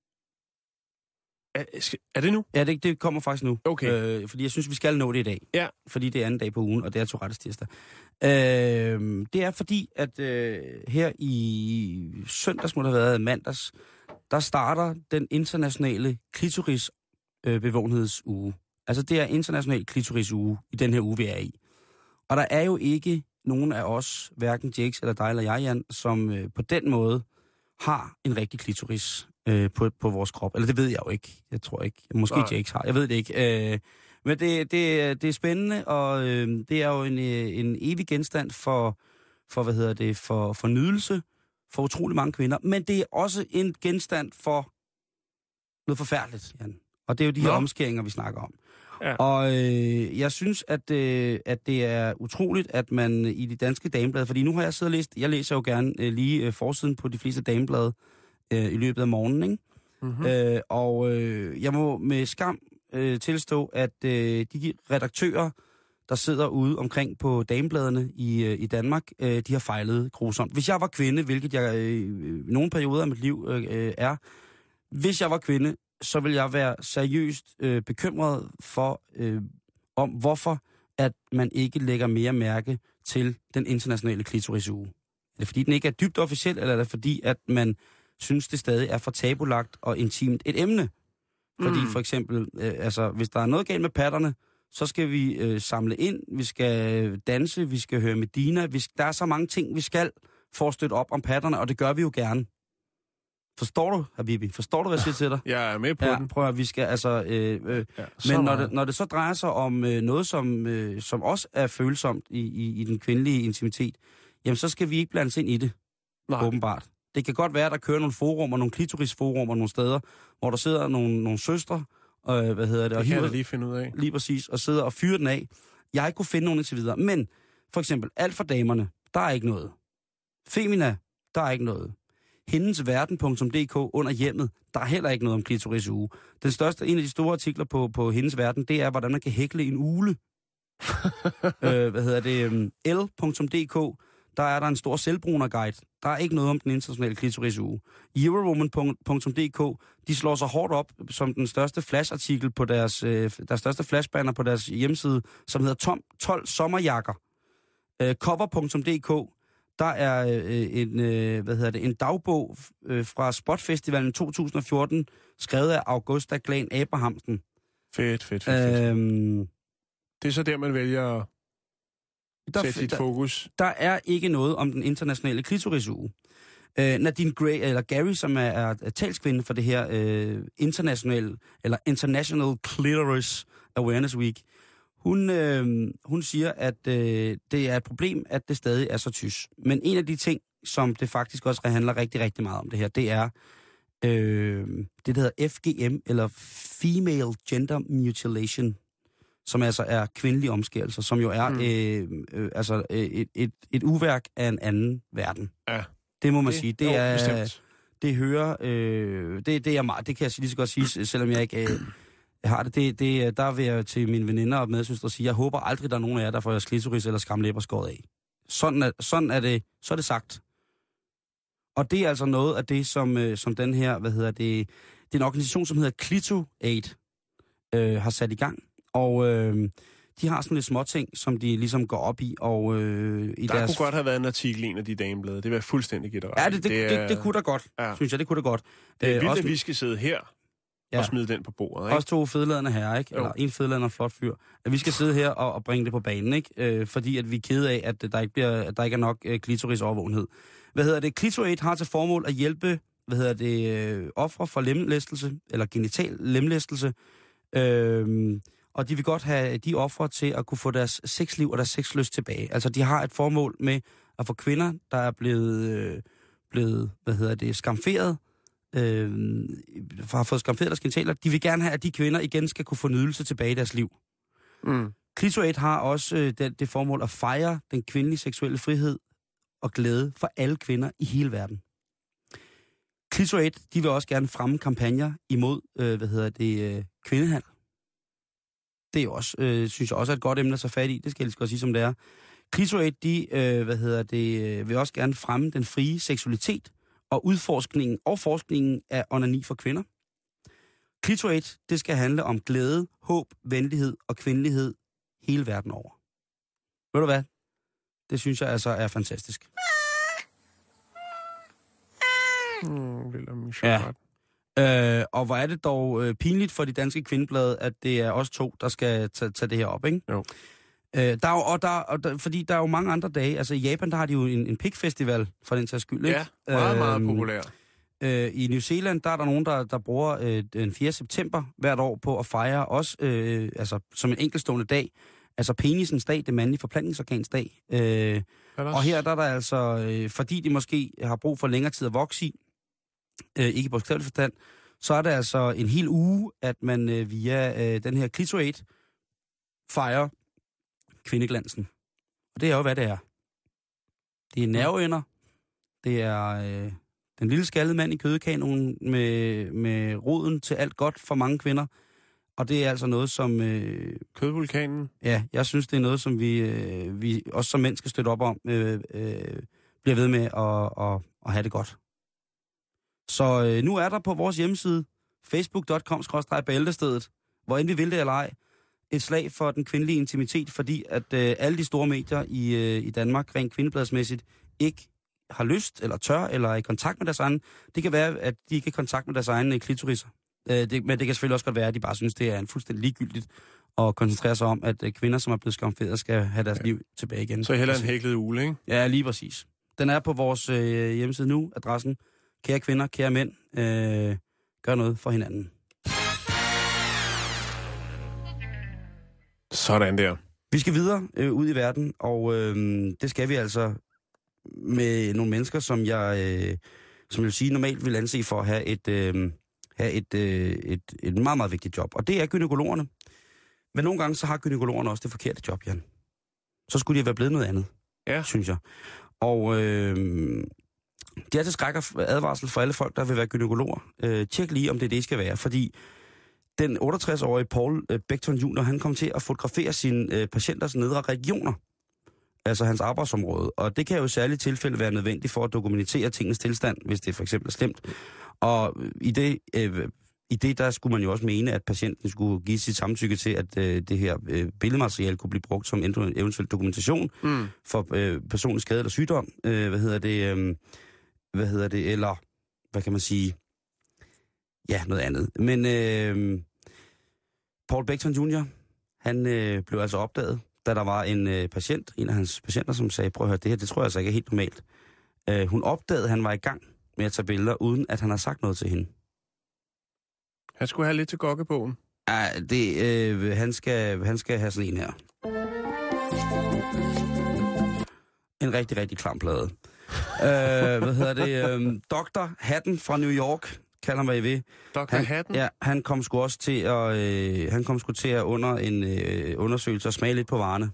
Er, skal, er det nu? Ja, det, det kommer faktisk nu. Okay. Øh, fordi jeg synes, vi skal nå det i dag. Ja. Fordi det er anden dag på ugen, og det er Tourettes tirsdag. Øh, det er fordi, at øh, her i søndags, må det have været mandags, der starter den internationale klitoris-bevågenhedsuge. Altså, det er international klitorisuge i den her uge, vi er i. Og der er jo ikke nogen af os, hverken Jakes eller dig eller jeg, Jan, som øh, på den måde har en rigtig klitoris øh, på, på vores krop. Eller det ved jeg jo ikke. Jeg tror ikke. Måske Nej. Jakes har. Jeg ved det ikke. Øh, men det, det, det er spændende, og øh, det er jo en, en evig genstand for, for, hvad hedder det, for, for nydelse for utrolig mange kvinder. Men det er også en genstand for noget forfærdeligt, Jan. Og det er jo de her Nå. omskæringer, vi snakker om. Ja. Og øh, jeg synes, at, øh, at det er utroligt, at man i de danske dameblade, fordi nu har jeg siddet og læst, jeg læser jo gerne øh, lige øh, forsiden på de fleste dameblade øh, i løbet af morgenen, ikke? Mm-hmm. Øh, og øh, jeg må med skam øh, tilstå, at øh, de redaktører, der sidder ude omkring på damebladene i, øh, i Danmark, øh, de har fejlet grusomt. Hvis jeg var kvinde, hvilket jeg øh, i nogle perioder af mit liv øh, er, hvis jeg var kvinde, så vil jeg være seriøst øh, bekymret for, øh, om hvorfor at man ikke lægger mere mærke til den internationale klitorisuge. Er det fordi, den ikke er dybt officiel, eller er det fordi, at man synes, det stadig er for tabulagt og intimt et emne? Fordi mm. for eksempel, øh, altså, hvis der er noget galt med patterne, så skal vi øh, samle ind, vi skal danse, vi skal høre Medina, vi skal, der er så mange ting, vi skal for at støtte op om patterne, og det gør vi jo gerne. Forstår du, Habibi? Forstår du, hvad jeg siger til dig? Jeg er med på ja, den. Prøv at vi skal, altså... Øh, øh, ja, men når det, når det så drejer sig om øh, noget, som, øh, som også er følsomt i, i, i den kvindelige intimitet, jamen så skal vi ikke blandes ind i det, Nej. åbenbart. Det kan godt være, at der kører nogle forum og nogle klitorisforum og nogle steder, hvor der sidder nogle, nogle søstre, øh, hvad hedder det? Det og kan hiver, jeg lige finde ud af. Lige præcis, og sidder og fyrer den af. Jeg har ikke kunne finde nogen indtil videre. Men for eksempel, alt for damerne, der er ikke noget. Femina, der er ikke noget. Hindensverden punktum d k under hjemmet, der er heller ikke noget om klitorisuge. Den største, en af de store artikler på, på Hindens Verden, det er, hvordan man kan hækle en ule. øh, hvad hedder det? l punktum d k, der er der en stor selvbrunerguide. Der er ikke noget om den internationale klitorisuge. Eurowoman punktum d k, de slår sig hårdt op som den største flashartikel på deres, øh, deres største flashbanner på deres hjemmeside, som hedder Tom tolv sommerjakker. Øh, cover punktum d k, der er øh, en, øh, hvad hedder det, en dagbog øh, fra Spotfestivalen to tusind og fjorten, skrevet af Augusta Glan Abrahamsen. Fedt, fedt, fedt, fedt. Øhm, det er så der, man vælger at der, sætte sit der, fokus. Der er ikke noget om den internationale klitorisuge. Øh, Nadine Gray, eller Gary, som er, er, er talskvinde for det her øh, internationale, eller International Clitoris Awareness Week, Hun, øh, hun siger, at øh, det er et problem, at det stadig er så tys. Men en af de ting, som det faktisk også handler rigtig, rigtig meget om det her, det er øh, det, der hedder F G M, eller Female Gender Mutilation, som altså er kvindelige omskærelser, som jo er mm. øh, øh, altså et, et, et uværk af en anden verden. Ja. Det må man det, sige. Det jo, er bestemt. Det hører... Øh, det, det, er meget, det kan jeg lige så godt sige, selvom jeg ikke... Øh, Jeg har det, det, det, der vil jeg til mine veninder og medsøstre sige, jeg håber aldrig, der er nogen af jer, der får jeres klitoris eller skamlæber skåret af. Sådan er, sådan er det, så er det sagt. Og det er altså noget af det, som, som den her, hvad hedder det, det er en organisation, som hedder ClitoAid, øh, har sat i gang. Og øh, de har sådan lidt småting, som de ligesom går op i. Og, øh, i der deres... kunne godt have været en artikel i en af de dameblade. Det vil jeg fuldstændig give dig ret. Ja, det, det, det, det, det, det kunne da godt, ja. Synes jeg, det kunne da godt. Det er øh, vildt, også... at vi skal sidde her ja. og smide den på bordet, ikke? Også to fedladende herrer, ikke? Jo. Eller en fedladende og flot fyr. At vi skal sidde her og, og bringe det på banen, ikke? Øh, fordi at vi er kede af, at der ikke, bliver, at der ikke er nok øh, klitorisovervågenhed. Hvad hedder det? ClitoAid har til formål at hjælpe, hvad hedder det, øh, ofre for lemlæstelse, eller genital lemlæstelse. Øh, og de vil godt have de ofre til at kunne få deres sexliv og deres sexlyst tilbage. Altså, de har et formål med at få kvinder, der er blevet, øh, blevet hvad hedder det, skamferet, øh, har fået skamferet deres genitaler. De vil gerne have, at de kvinder igen skal kunne få nydelse tilbage i deres liv. Mm. ClitoAid har også øh, det, det formål at fejre den kvindelige seksuelle frihed og glæde for alle kvinder i hele verden. ClitoAid, de vil også gerne fremme kampagner imod, øh, hvad hedder det, øh, kvindehandel. Det er jo også, øh, synes jeg også er et godt emne at tage fat i. Det skal jeg lige godt sige, som det er. ClitoAid, de, øh, hvad hedder det, øh, vil også gerne fremme den frie seksualitet og udforskningen og forskningen af onani for kvinder. ClitoAid, det skal handle om glæde, håb, venlighed og kvindelighed hele verden over. Ved du hvad? Det synes jeg altså er fantastisk. Mm, ja. Øh, og hvor er det dog øh, pinligt for de danske kvindeblade, at det er os to, der skal tage, tage det her op, ikke? Jo. Øh, der er jo, og der, og der, fordi der er jo mange andre dage. Altså i Japan, der har de jo en, en pig-festival, for den sags skyld, ikke? Ja, meget, øh, meget populær. Øh, I New Zealand, der er der nogen, der, der bruger øh, den fjerde september hvert år på at fejre også, øh, altså som en enkeltstående dag, altså penisens dag, det mandlige forplantningsorgans dag. Øh, og her der er der altså, øh, fordi de måske har brug for længere tid at vokse i, øh, ikke i bogstavelig forstand, så er det altså en hel uge, at man øh, via øh, den her clitoate fejrer kvindeglansen. Og det er jo, hvad det er. Det er nerveender. Det er øh, den lille skaldede mand i kødekanonen med, med roden til alt godt for mange kvinder. Og det er altså noget, som... Øh, Kødvulkanen? Ja, jeg synes, det er noget, som vi, øh, vi også som mænd skal støtte op om, øh, øh, bliver ved med at, at, at have det godt. Så øh, nu er der på vores hjemmeside, facebook punktum com skråstreg bæltestedet, hvor end vi vil det eller ej, et slag for den kvindelige intimitet, fordi at øh, alle de store medier i, øh, i Danmark, rent kvindebladsmæssigt, ikke har lyst, eller tør, eller er i kontakt med deres egen. Det kan være, at de ikke er i kontakt med deres egen klitoriser. Øh, det, men det kan selvfølgelig også godt være, at de bare synes, det er en fuldstændig ligegyldigt at koncentrere sig om, at øh, kvinder, som er blevet skamferet, skal have deres ja. liv tilbage igen. Så heller en hæklet ule, ikke? Ja, lige præcis. Den er på vores øh, hjemmeside nu, adressen. Kære kvinder, kære mænd, øh, gør noget for hinanden. Sådan der. Vi skal videre øh, ud i verden, og øh, det skal vi altså med nogle mennesker, som jeg, øh, som jeg vil sige, normalt vil anse for at have et, øh, have et, øh, et, et meget, meget vigtigt job. Og det er gynækologerne. Men nogle gange så har gynækologerne også det forkerte job, Jan. Så skulle de være blevet noget andet, ja. synes jeg. Og øh, det er til skræk og advarsel for alle folk, der vil være gynækologer. Øh, tjek lige, om det er det, I skal være, fordi den otteogtres-årige Paul øh, Becton junior, han kom til at fotografere sine øh, patienters nedre regioner, altså hans arbejdsområde. Og det kan jo i særlige tilfælde være nødvendigt for at dokumentere tingens tilstand, hvis det for eksempel er slemt. Og i det, øh, i det der skulle man jo også mene, at patienten skulle give sit samtykke til, at øh, det her øh, billedmateriale kunne blive brugt som eventuel dokumentation mm. for øh, personlig skade eller sygdom. Øh, hvad hedder det? Øh, hvad hedder det? Eller, hvad kan man sige? Ja, noget andet. Men øh, Paul Becton junior, han øh, blev altså opdaget, da der var en øh, patient, en af hans patienter, som sagde, prøv at høre, det her, det tror jeg altså ikke er helt normalt. Øh, hun opdagede, at han var i gang med at tage billeder, uden at han har sagt noget til hende. Han skulle have lidt til gokkebogen. Ja, det, øh, han, skal, han skal have sådan en her. En rigtig, rigtig klam plade. øh, hvad hedder det? Øh, doktor Hatten fra New York, kalder man ved. doktor Han, Hatten? Ja, han kom sgu også til at, øh, han kom sgu til at under en øh, undersøgelse og smage lidt på varerne.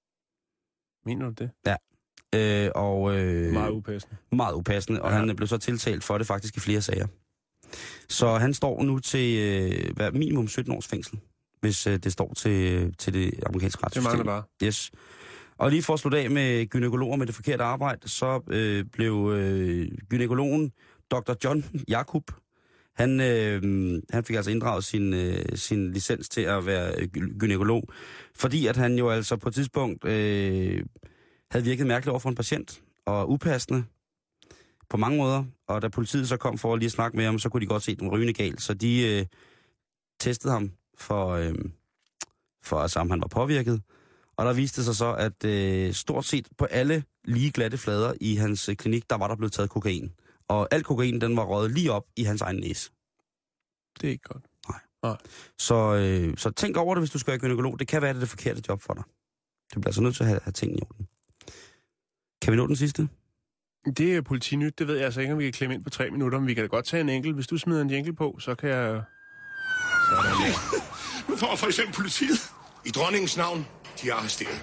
Mener du det? Ja. Øh, og, øh, meget upassende. Meget upassende, og ja. Han blev så tiltalt for det faktisk i flere sager. Så han står nu til øh, hvad, minimum sytten års fængsel, hvis øh, det står til, til det amerikanske retssystem. Det mangler bare. Yes. Og lige for at slutte af med gynækologer med det forkerte arbejde, så øh, blev øh, gynækologen doktor John Jakob, han, øh, han fik altså inddraget sin, øh, sin licens til at være gynækolog, fordi at han jo altså på et tidspunkt øh, havde virket mærkeligt over for en patient, og upassende på mange måder. Og da politiet så kom for at lige at snakke med ham, så kunne de godt se den rygende galt, så de øh, testede ham for, øh, for at om han var påvirket. Og der viste sig så, at øh, stort set på alle lige glatte flader i hans øh, klinik, der var der blevet taget kokain. Og al kokain, den var røget lige op i hans egen næse. Det er ikke godt. Nej. Nej. Så, øh, så tænk over det, hvis du skal være gynækolog. Det kan være, det er det forkerte job for dig. Du bliver altså nødt til at have, have ting i orden. Kan vi nå den sidste? Det er politinyt. Det ved jeg altså ikke, om vi kan klemme ind på tre minutter, men vi kan da godt tage en enkelt. Hvis du smider en jingle på, så kan jeg... Sådan. Nu får for eksempel politiet. I dronningens navn, de er arresteret.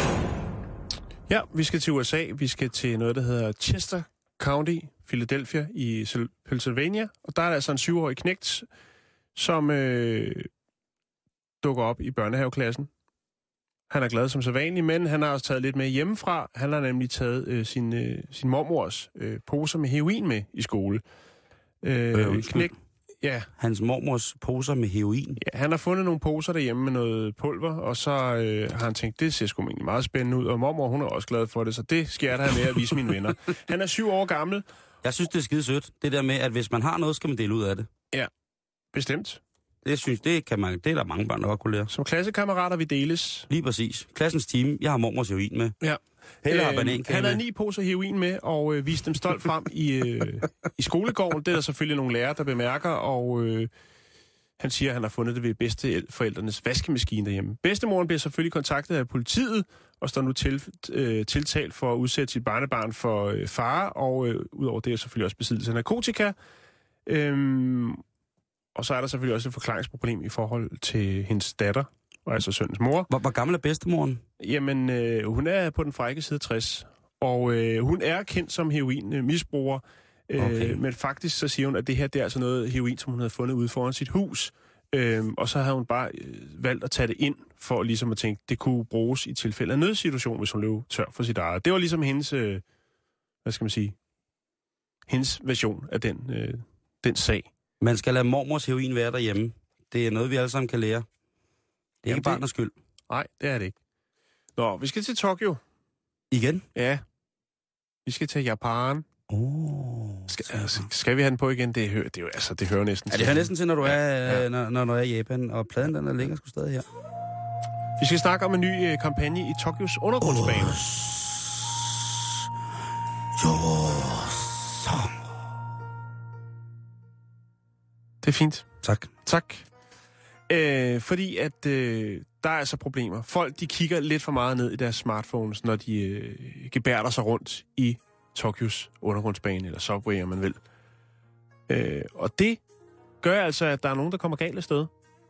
Ja, vi skal til U S A. Vi skal til noget, der hedder Chester County, Philadelphia i Pennsylvania. Og der er altså en syvårig knægt, som øh, dukker op i børnehaveklassen. Han er glad som sædvanlig, men han har også taget lidt med hjemmefra. Han har nemlig taget øh, sin, øh, sin mormors øh, poser med heroin med i skole. Øh, øh, knægt, ja. Hans mormors poser med heroin? Ja, han har fundet nogle poser derhjemme med noget pulver, og så øh, har han tænkt, det ser sgu egentlig meget spændende ud, og mormor, hun er også glad for det, så det skal jeg da have med at vise mine venner. Han er syv år gammel. Jeg synes, det er skide sødt. Det der med, at hvis man har noget, skal man dele ud af det. Ja, bestemt. Det synes det kan man, det er der mange børn, der godt kunne lære. Som klassekammerater, vi deles. Lige præcis. Klassens team. Jeg har mormors heroin med. Ja. Heller har øh, banankage Han med. har ni poser heroin med, og øh, viste dem stolt frem i, øh, i skolegården. Det er der selvfølgelig nogle lærere, der bemærker, og øh, Han siger, at han har fundet det ved bedsteforældrenes vaskemaskine derhjemme. Bedstemoren bliver selvfølgelig kontaktet af politiet, og står nu til, øh, tiltalt for at udsætte sit barnebarn for øh, fare, og øh, udover det er selvfølgelig også besiddelse af narkotika. Øhm, og så er der selvfølgelig også et forklaringsproblem i forhold til hendes datter, og altså sønnens mor. Hvor, hvor gammel er bedstemoren? Jamen, øh, hun er på den frække side tres, og øh, hun er kendt som heroinmisbruger. Okay. Øh, men faktisk så siger hun, at det her det er altså noget heroin, som hun havde fundet ude foran sit hus. Øh, og så havde hun bare øh, valgt at tage det ind, for ligesom at tænke, det kunne bruges i tilfælde af nødsituation, hvis hun løb tør for sit eget. Det var ligesom hendes, øh, hvad skal man sige, hendes version af den, øh, den sag. Man skal lade mormors heroin være derhjemme. Det er noget, vi alle sammen kan lære. Det er Jamen ikke barnets skyld. Nej, det er det ikke. Nå, vi skal til Tokyo. Igen? Ja. Vi skal til Japan. Oh, skal, altså, skal vi have den på igen? Det, hører, det, er jo, altså, det hører næsten ja, det hører næsten til, når du er, ja, ja. Når, når du er i Japan, og pladen den er ligger sgu stadig her. Vi skal snakke om en ny øh, kampagne i Tokyos undergrundsbane. Det er fint. Tak. Tak. Øh, fordi at øh, der er altså problemer. Folk, de kigger lidt for meget ned i deres smartphones, når de øh, gebærder sig rundt i Tokyos undergrundsbane, eller subway, om man vil. Øh, og det gør altså, at der er nogen, der kommer galt af sted.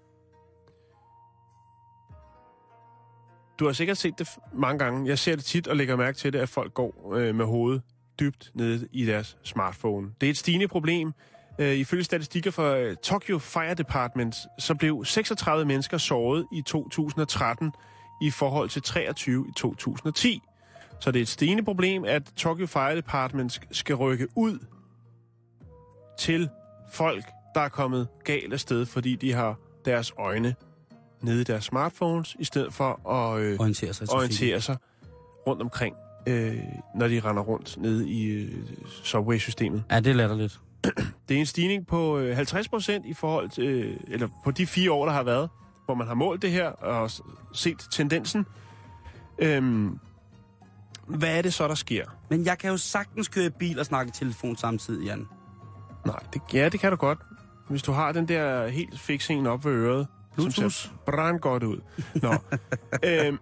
Du har sikkert set det mange gange. Jeg ser det tit og lægger mærke til det, at folk går øh, med hovedet dybt nede i deres smartphone. Det er et stigende problem. Øh, ifølge statistikker fra øh, Tokyo Fire Department, så blev seksogtredive mennesker såret i to tusind og tretten i forhold til treogtyve i to tusind og ti. Så det er et stigende problem, at Tokyo Fire Department skal rykke ud til folk, der er kommet galt af sted, fordi de har deres øjne nede i deres smartphones, i stedet for at øh, orientere sig, orientere sig rundt omkring, øh, når de render rundt nede i øh, subway-systemet. Ja, det er latterligt. Det er en stigning på øh, halvtreds procent i forhold til, øh, eller på de fire år, der har været, hvor man har målt det her og set tendensen. Øhm, hvad er det så, der sker? Men jeg kan jo sagtens køre i bil og snakke i telefon samtidig, Jan. Nej, det, ja, det kan du godt. Hvis du har den der helt fixingen op ved øret, Bluetooth, som ser brand godt ud. Nå. øhm,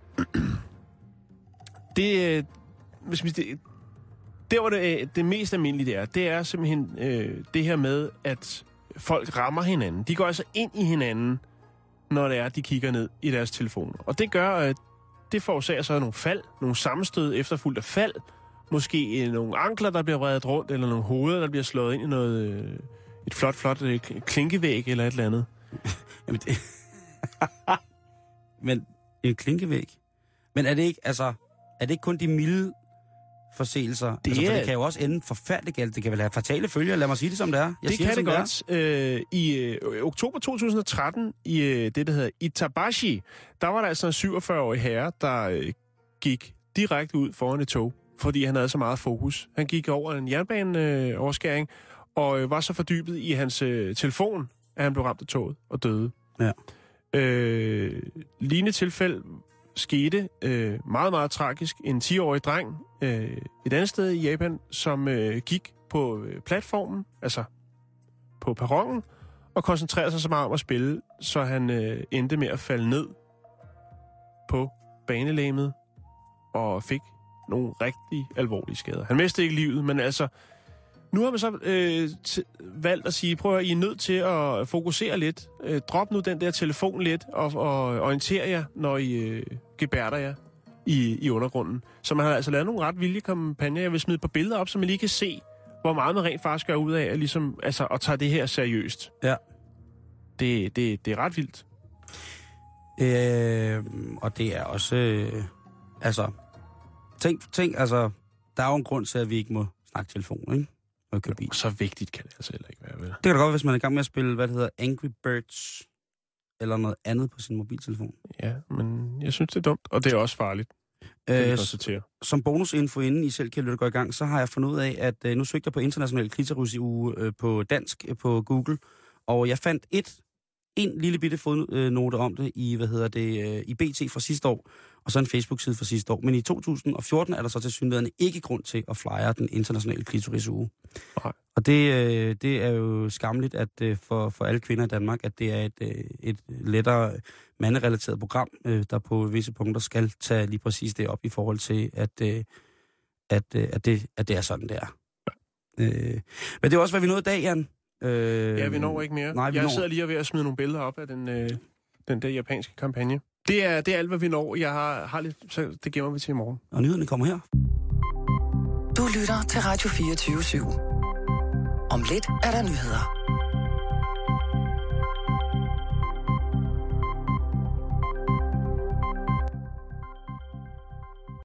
det, hvis vi, det, der hvor det, det mest almindelige er, det er simpelthen øh, det her med, at folk rammer hinanden. De går altså ind i hinanden, når det er, de kigger ned i deres telefoner. Og det gør, at det forårsager så nogle fald, nogle sammenstød efterfulgt af fald, måske øh, nogle ankler, der bliver vredet rundt, eller nogle hoveder, der bliver slået ind i noget, øh, et flot, flot øh, klinkevæg eller et eller andet. Jamen det... Men en klinkevæg? Men er det ikke, altså, er det ikke kun de milde forseelser? Det, altså, for det kan jo også ende forfærdeligt galt. Det kan vel have fatale følger. Lad mig sige det, som det er. Jeg det siger, kan det, det godt. Øh, I øh, oktober to tusind og tretten, i øh, det, der hedder Itabashi, der var der altså en syvogfyrre-årig herre, der øh, gik direkte ud foran et tog, fordi han havde så meget fokus. Han gik over en jernbaneoverskæring, øh, og øh, var så fordybet i hans øh, telefon, at han blev ramt af toget og døde. Ja. Øh, lignende tilfælde skete øh, meget, meget tragisk. En ti-årig dreng øh, et andet sted i Japan, som øh, gik på øh, platformen, altså på perronen, og koncentrerede sig så meget om at spille, så han øh, endte med at falde ned på banelæmet og fik nogle rigtig alvorlige skader. Han mistede ikke livet, men altså, nu har man så øh, t- valgt at sige, prøv at I er nødt til at fokusere lidt. Øh, drop nu den der telefon lidt, og, og orientere jer, når I øh, gebærder jer i, i undergrunden. Så man har altså lavet nogle ret vilde kampagner. Jeg vil smide på billeder op, så man lige kan se, hvor meget man rent faktisk gør ud af at, ligesom, altså, at tage det her seriøst. Ja. Det, det, det er ret vildt. Øh, og det er også... Øh, altså... Tænk, tænk, altså... Der er jo en grund til, at vi ikke må snakke telefon, ikke? Jo, så vigtigt kan det altså heller ikke være, vel? Det kan da godt, hvis man er i gang med at spille, hvad det hedder, Angry Birds, eller noget andet på sin mobiltelefon. Ja, men jeg synes, det er dumt, og det er også farligt. Øh, som bonusinfo, inden I selv kan lytte gå i gang, så har jeg fundet ud af, at øh, nu søgte jeg på international kriserus i uge øh, på dansk øh, på Google, og jeg fandt et en lille bitte fodnote om det i, hvad hedder det, i B T fra sidste år, og så en Facebook-side fra sidste år. Men i to tusind og fjorten er der så til synligheden ikke grund til at flyer den internationale klitorisuge. Nej. Og det, det er jo skamligt at for, for alle kvinder i Danmark, at det er et, et lettere manderelateret program, der på visse punkter skal tage lige præcis det op i forhold til, at, at, at, det, at det er sådan, det er. Ja. Men det er også, hvad vi nåede i dag, Jan. Øh, ja, vi når ikke mere. Nej, vi jeg når... sidder lige og ved at smide nogle billeder op af den, øh, den der japanske kampagne. Det er, det er alt, hvad vi når. Jeg har, har lidt, så det gemmer vi til i morgen. Og nyhederne kommer her. Du lytter til Radio fireogtyve syv. Om lidt er der nyheder.